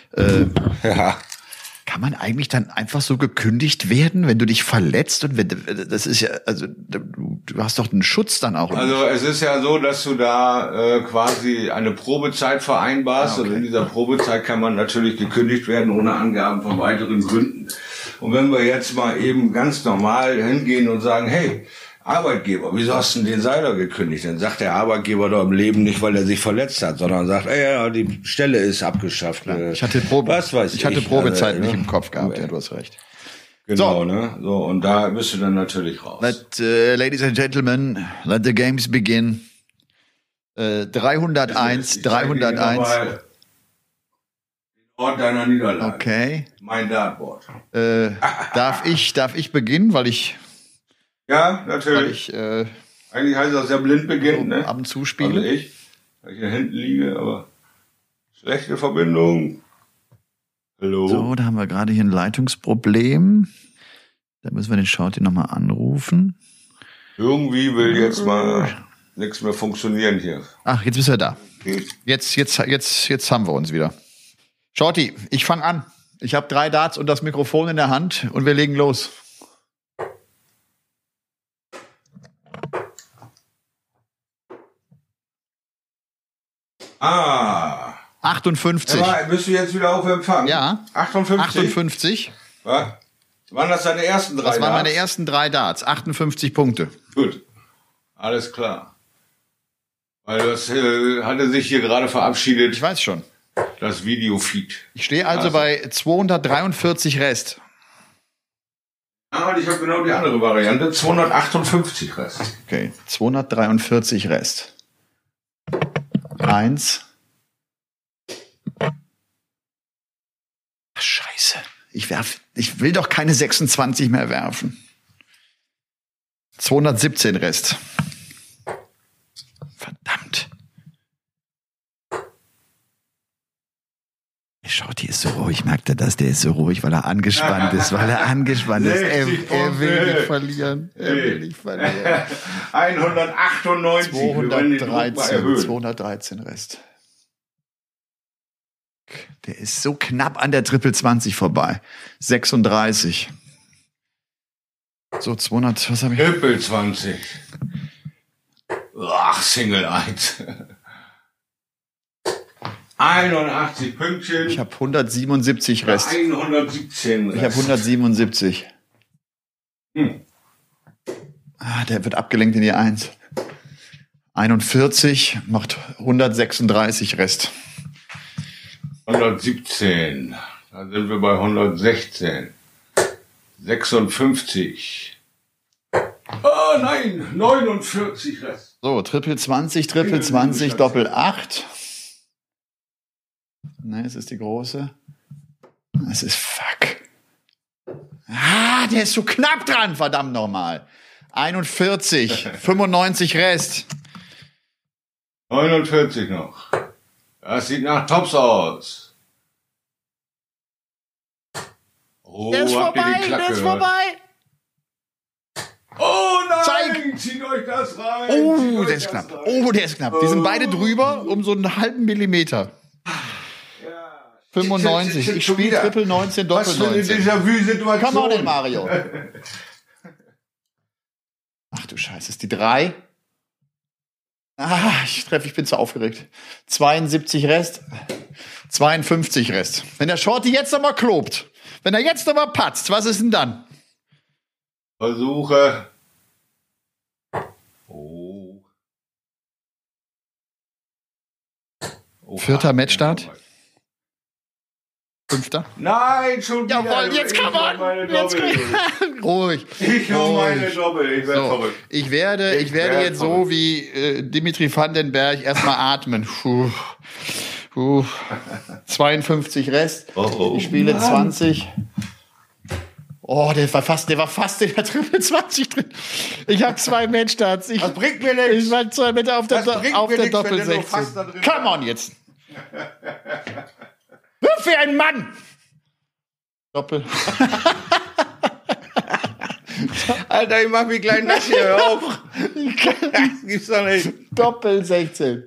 Ja. Kann man eigentlich dann einfach so gekündigt werden, wenn du dich verletzt? Und das ist ja, also du hast doch einen Schutz dann auch. Also es ist ja so, dass du da quasi eine Probezeit vereinbarst. Okay. Und in dieser Probezeit kann man natürlich gekündigt werden ohne Angaben von weiteren Gründen. Und wenn wir jetzt mal eben ganz normal hingehen und sagen, hey, Arbeitgeber, wieso hast du den Seiler gekündigt? Dann sagt der Arbeitgeber doch im Leben nicht, weil er sich verletzt hat, sondern sagt, ja, die Stelle ist abgeschafft. Ich hatte Probezeit nicht im Kopf gehabt, ja, du hast recht. Genau, so. Ne? So, und da bist du dann natürlich raus. Ladies and Gentlemen, let the games begin. 301. Den Ort deiner Niederlage. Okay. Mein Dartboard. Darf ich beginnen, weil ich... Ja, natürlich. Eigentlich heißt das ja blind beginnen, so, ne? Ab und zu spiele. Also weil ich hier hinten liege, aber schlechte Verbindung. Hallo. So, da haben wir gerade hier ein Leitungsproblem. Da müssen wir den Shorty nochmal anrufen. Irgendwie will jetzt mal nichts mehr funktionieren hier. Ach, jetzt bist du da. Okay. Jetzt haben wir uns wieder. Shorty, ich fange an. Ich habe 3 Darts und das Mikrofon in der Hand und wir legen los. Ah. 58. Ja, bist du jetzt wieder auf Empfang? Ja. 58. Was? Waren das deine ersten 3 Darts? Das waren meine ersten 3 Darts. 58 Punkte. Gut. Alles klar. Weil das hatte sich hier gerade verabschiedet. Ich weiß schon. Das Videofeed. Ich stehe also bei 243 Rest. Ah, und ich habe genau die andere Variante. 258 Rest. Okay. 243 Rest. 1. Ach, Scheiße. Ich will doch keine 26 mehr werfen. 217 Rest. Verdammt. Schaut, hier ist so ruhig. Merkt er das? Der ist so ruhig, weil er angespannt ist. Er will nicht verlieren. 198. 213 Rest. Der ist so knapp an der Triple 20 vorbei. 36. So, 200, was habe ich? Triple 20. Ach, Single 1. 81 Pünktchen. Ich habe 177 Rest. 117 Rest. Ich habe 177. Der wird abgelenkt in die 1. 41 macht 136 Rest. 117. Da sind wir bei 116. 56. Oh nein, 49 Rest. So, Triple 20, Doppel 8. Ne, es ist die große. Es ist fuck. Der ist so knapp dran, verdammt nochmal. 41, 95 Rest. 49 noch. Das sieht nach Tops aus. Oh, der ist vorbei, Oh Zeig! Zieht euch das rein! Oh, der ist knapp. Oh, der ist knapp. Die sind beide drüber um so einen halben Millimeter. 95. Ich spiele Triple 19, Doppel 19. Was für eine Déjà-vu-Situation. Come on in, Mario. Ach du Scheiße, ist die 3. Ich bin zu aufgeregt. 72 Rest. 52 Rest. Wenn der Shorty jetzt nochmal klobt, wenn er jetzt nochmal patzt, was ist denn dann? Versuche. Oh. Vierter Matchstart. 5. Nein, schon wieder. Jawohl, jetzt kann man. Jetzt ruhig. Ich hole meine Doppel. Ich werde verrückt. Ich werde jetzt so wie Dimitri Vandenberg erstmal atmen. 52 Rest. Ich spiele 20. Oh, der war fast in der Triple 20 drin. Ich habe 2 Matchstarts. Das bringt mir nichts. Ich war 2 Meter auf der Doppel 16. Come on jetzt. Wirf wie ein Mann. Doppel. Alter, ich mach mich gleich nass hier. Hör auf. Gibt's doch nicht. Doppel 16.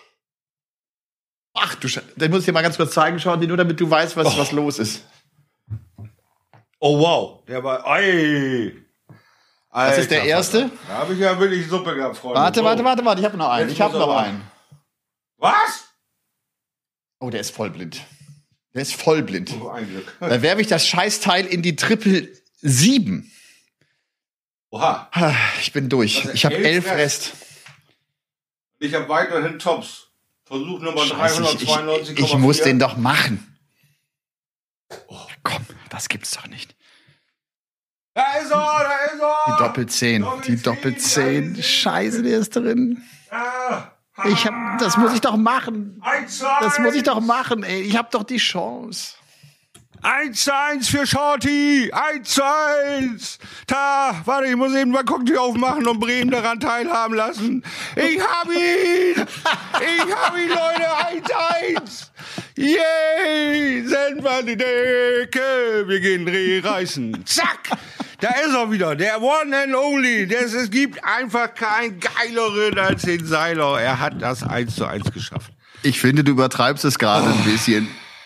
Ach du Scheiße. Den muss ich dir mal ganz kurz zeigen, schauen, nur damit du weißt, was los ist. Oh wow. Der war. Ey. Das ist der erste. Da habe ich ja wirklich Suppe gehabt, Freunde. Warte. Ich habe noch einen. Was? Oh, der ist vollblind. Oh, ein Glück. Da werfe ich das Scheißteil in die Triple 7. Oha. Ich bin durch. Ich habe 11 Rest. Ich habe weiterhin Tops. Versuch Nummer 392,4. Ich muss den doch machen. Oh, komm, das gibt's doch nicht. Da ist er! Die Doppel 10. Die Doppel 10. Scheiße, der ist drin. Das muss ich doch machen. Das muss ich doch machen, ey. Ich habe doch die Chance. 1-1 für Shorty. 1-1. Warte, ich muss eben mal Cocktail aufmachen und Bremen daran teilhaben lassen. Ich hab ihn, Leute. 1-1. Yay. Senden wir die Decke. Wir gehen Drehreißen. Zack. Da ist er wieder, der One and Only. Es gibt einfach keinen geileren als den Seiler. Er hat das 1:1 geschafft. Ich finde, du übertreibst es gerade ein bisschen.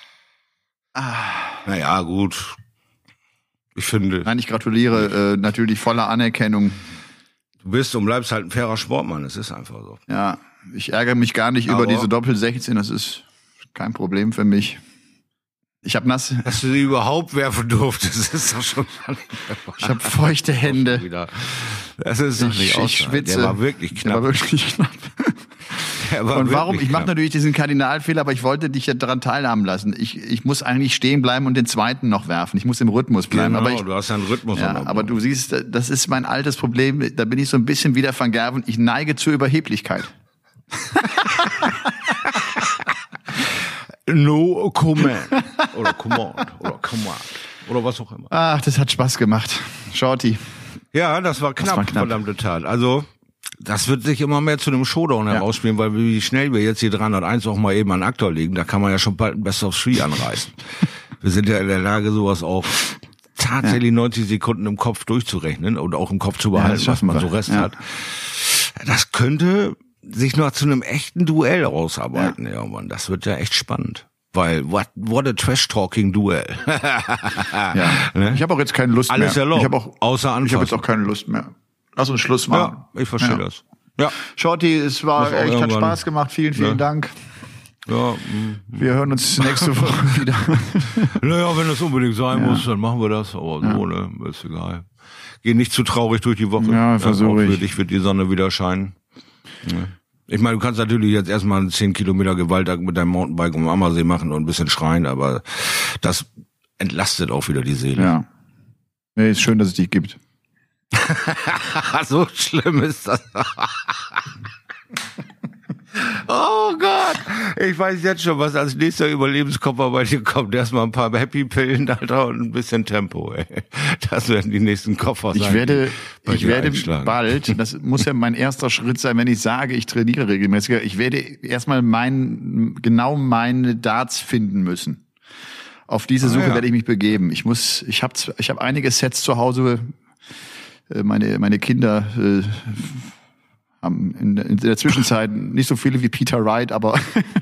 Naja, gut. Ich finde. Nein, ich gratuliere. Natürlich voller Anerkennung. Du bist und bleibst halt ein fairer Sportmann. Es ist einfach so. Ja, ich ärgere mich gar nicht über diese Doppel 16. Das ist kein Problem für mich. Ich habe nass. Dass du sie überhaupt werfen durftest, das ist doch schon. Ich habe feuchte Hände. Das ist doch nicht ich schwitze. Der war wirklich knapp. Und warum? Ich mache natürlich diesen Kardinalfehler, aber ich wollte dich ja daran teilhaben lassen. Ich muss eigentlich stehen bleiben und den zweiten noch werfen. Ich muss im Rhythmus bleiben. Genau, aber du hast ja einen Rhythmus. Ja, aber du siehst, das ist mein altes Problem. Da bin ich so ein bisschen wieder Van Gerven. Ich neige zur Überheblichkeit. No comment. Oder command. Oder was auch immer. Ach, das hat Spaß gemacht. Shorty. Ja, das war knapp. Verdammte Tat. Also, das wird sich immer mehr zu einem Showdown herausspielen, weil wie schnell wir jetzt hier 301 auch mal eben an Aktor legen, da kann man ja schon bald ein Best of 3 anreißen. Wir sind ja in der Lage, sowas auch tatsächlich 90 Sekunden im Kopf durchzurechnen und auch im Kopf zu behalten, was man so Rest hat. Das könnte sich noch zu einem echten Duell ausarbeiten irgendwann. Das wird ja echt spannend. Weil, what a Trash-Talking-Duell. Ne? Ich habe auch jetzt keine Lust Alles mehr. Ich habe jetzt auch keine Lust mehr. Lass uns Schluss machen. Ja, ich verstehe das. Ja. Shorty, es war echt, hat Spaß gemacht. Vielen Dank. Ja. Wir hören uns nächste Woche wieder. Naja, wenn das unbedingt sein muss, dann machen wir das. Aber so, ne, ist egal. Geh nicht zu traurig durch die Woche. Ja, versuche ich. Für dich wird die Sonne wieder scheinen. Ja. Ich meine, du kannst natürlich jetzt erstmal einen 10 Kilometer Gewaltakt mit deinem Mountainbike um Ammersee machen und ein bisschen schreien, aber das entlastet auch wieder die Seele. Ja. Nee, ist schön, dass es dich gibt. So schlimm ist das. Oh Gott, ich weiß jetzt schon, was als nächster Überlebenskoffer bei dir kommt. Erstmal ein paar Happy-Pillen, Alter, und ein bisschen Tempo, ey. Das werden die nächsten Koffer sein. Ich werde bald, das muss ja mein erster Schritt sein, wenn ich sage, ich trainiere regelmäßiger, ich werde erstmal meine Darts finden müssen. Auf diese Suche werde ich mich begeben. Ich habe einige Sets zu Hause, Meine Kinder haben in der Zwischenzeit nicht so viele wie Peter Wright, aber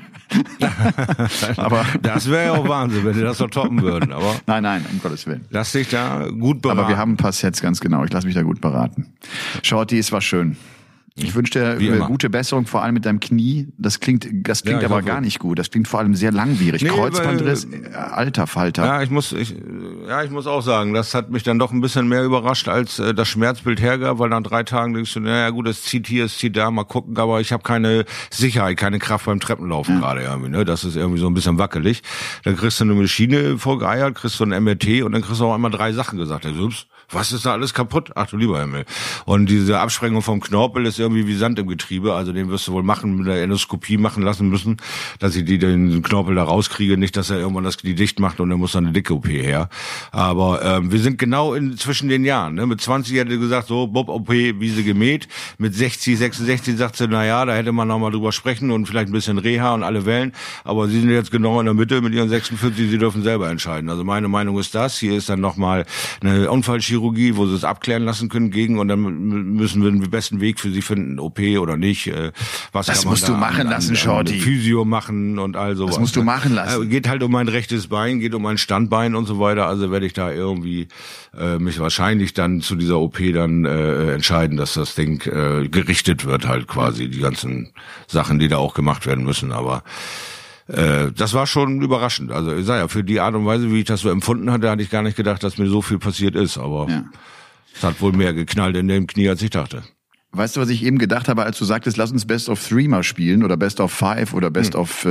das wäre ja auch Wahnsinn, wenn die das so toppen würden. Aber nein, um Gottes Willen. Lass dich da gut beraten. Aber wir haben ein paar Sets, ganz genau. Ich lasse mich da gut beraten. Shorty, es war schön. Ich wünsche dir gute Besserung, vor allem mit deinem Knie. Das klingt aber gar nicht gut. Das klingt vor allem sehr langwierig. Kreuzbandriss, alter Falter. Ja, ich muss auch sagen, das hat mich dann doch ein bisschen mehr überrascht, als das Schmerzbild hergab, weil nach 3 Tagen denkst du, naja gut, es zieht hier, es zieht da, mal gucken, aber ich habe keine Sicherheit, keine Kraft beim Treppenlaufen gerade irgendwie, ne? Das ist irgendwie so ein bisschen wackelig. Dann kriegst du eine Maschine vorgeeiert, kriegst du ein MRT und dann kriegst du auch einmal 3 Sachen gesagt. Also, ups, was ist da alles kaputt? Ach du lieber Himmel. Und diese Absprengung vom Knorpel ist irgendwie wie Sand im Getriebe. Also den wirst du wohl mit der Endoskopie machen lassen müssen, dass ich den Knorpel da rauskriege. Nicht, dass er irgendwann das Knie dicht macht und dann muss da eine dicke OP her. Aber wir sind genau zwischen den Jahren. Ne? Mit 20 hätte gesagt, so, Bob, OP, Wiese gemäht. Mit 60, 66 sagt sie, naja, da hätte man noch mal drüber sprechen und vielleicht ein bisschen Reha und alle Wellen. Aber sie sind jetzt genau in der Mitte mit ihren 46, sie dürfen selber entscheiden. Also meine Meinung ist das. Hier ist dann noch mal eine Unfallchirurgie, wo sie es abklären lassen können gegen und dann müssen wir den besten Weg für sie finden, OP oder nicht. Was das musst du machen lassen, Shorty. Physio machen und all sowas. Das musst du machen lassen. Geht halt um mein rechtes Bein, geht um mein Standbein und so weiter. Also werde ich da irgendwie mich wahrscheinlich dann zu dieser OP dann entscheiden, dass das Ding gerichtet wird halt quasi, die ganzen Sachen, die da auch gemacht werden müssen. Aber das war schon überraschend. Also ich sag ja, für die Art und Weise, wie ich das so empfunden hatte ich gar nicht gedacht, dass mir so viel passiert ist. Aber es hat wohl mehr geknallt in dem Knie, als ich dachte. Weißt du, was ich eben gedacht habe, als du sagtest, lass uns Best of 3 mal spielen oder Best of 5 oder Best of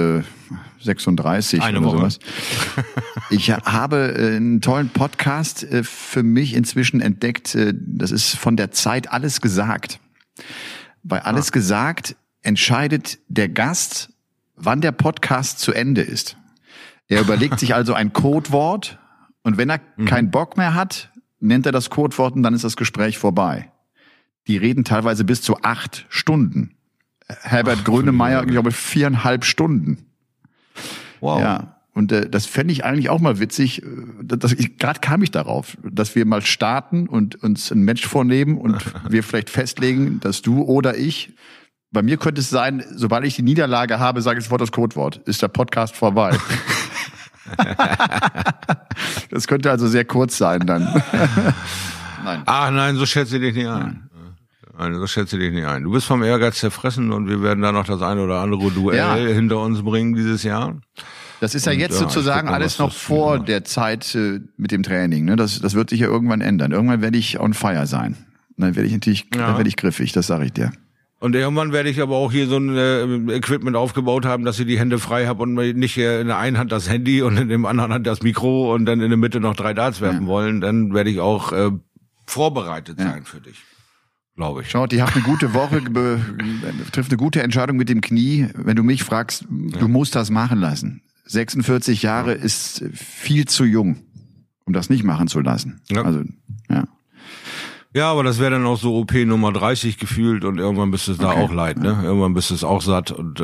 36 Eine oder Woche. sowas. Ich habe einen tollen Podcast für mich inzwischen entdeckt. Das ist von der Zeit Alles gesagt. Bei Alles gesagt entscheidet der Gast, wann der Podcast zu Ende ist. Er überlegt sich also ein Codewort und wenn er keinen Bock mehr hat, nennt er das Codewort und dann ist das Gespräch vorbei. Die reden teilweise bis zu 8 Stunden. Herbert Grönemeyer, glaube ich, 4,5 Stunden. Wow. Ja, und das fände ich eigentlich auch mal witzig. Gerade kam ich darauf, dass wir mal starten und uns ein Match vornehmen und wir vielleicht festlegen, dass du oder ich. Bei mir könnte es sein, sobald ich die Niederlage habe, sage ich sofort das Codewort. Ist der Podcast vorbei. Das könnte also sehr kurz sein dann. Nein. Ach nein, so schätze ich dich nicht ein. Nein, so schätze ich dich nicht ein. Du bist vom Ehrgeiz zerfressen und wir werden da noch das eine oder andere Duell hinter uns bringen dieses Jahr. Das ist ja jetzt sozusagen alles noch vor der Zeit mit dem Training. Ne? Das wird sich ja irgendwann ändern. Irgendwann werde ich on fire sein. Dann werde ich natürlich, dann werde ich griffig, das sage ich dir. Und irgendwann werde ich aber auch hier so ein Equipment aufgebaut haben, dass ich die Hände frei habe und nicht in der einen Hand das Handy und in der anderen Hand das Mikro und dann in der Mitte noch 3 Darts werfen wollen. Dann werde ich auch vorbereitet sein für dich, glaube ich. Schau, die hat eine gute Woche, trifft eine gute Entscheidung mit dem Knie. Wenn du mich fragst, du musst das machen lassen. 46 Jahre ist viel zu jung, um das nicht machen zu lassen. Ja. Also, ja. Ja, aber das wäre dann auch so OP Nummer 30 gefühlt und irgendwann bist du da auch leid, ne? Irgendwann bist du es auch satt und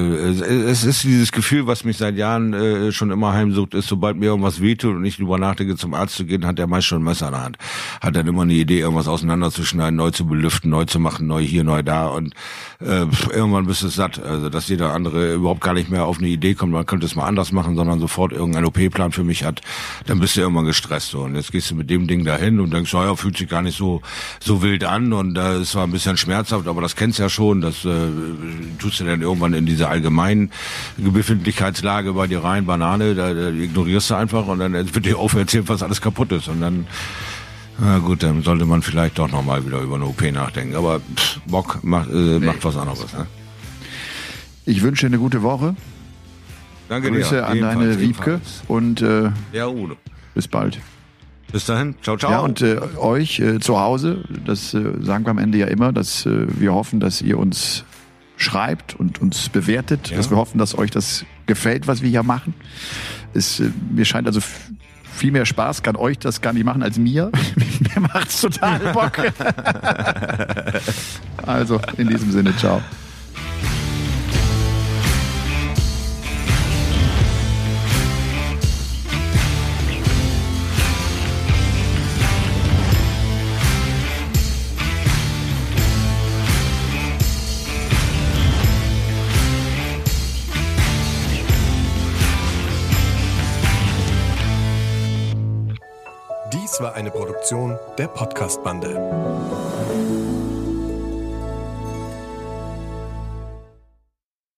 es ist dieses Gefühl, was mich seit Jahren schon immer heimsucht, ist, sobald mir irgendwas wehtut und ich drüber nachdenke, zum Arzt zu gehen, hat der meist schon ein Messer in der Hand. Hat dann immer eine Idee, irgendwas auseinanderzuschneiden, neu zu belüften, neu zu machen, neu hier, neu da und irgendwann bist du es satt. Also, dass jeder andere überhaupt gar nicht mehr auf eine Idee kommt, man könnte es mal anders machen, sondern sofort irgendeinen OP-Plan für mich hat, dann bist du irgendwann gestresst so. Und jetzt gehst du mit dem Ding dahin und denkst, ja, fühlt sich gar nicht so wild an und es war ein bisschen schmerzhaft, aber das kennst ja schon, das tust du dann irgendwann in diese allgemeinen Befindlichkeitslage bei dir rein, Banane, da ignorierst du einfach und dann wird dir auferzählt, was alles kaputt ist und dann, na gut, dann sollte man vielleicht doch nochmal wieder über eine OP nachdenken, aber Bock macht was anderes. Ne? Ich wünsche dir eine gute Woche. Danke Grüße dir. An deine Wiebke und ja, Udo. Bis bald. Bis dahin, ciao, ciao. Ja, und euch zu Hause, das sagen wir am Ende ja immer, dass wir hoffen, dass ihr uns schreibt und uns bewertet, dass wir hoffen, dass euch das gefällt, was wir hier machen. Mir scheint also viel mehr Spaß, kann euch das gar nicht machen als mir. Mir macht's total Bock. Also, in diesem Sinne, ciao. Dies war eine Produktion der Podcast-Bande.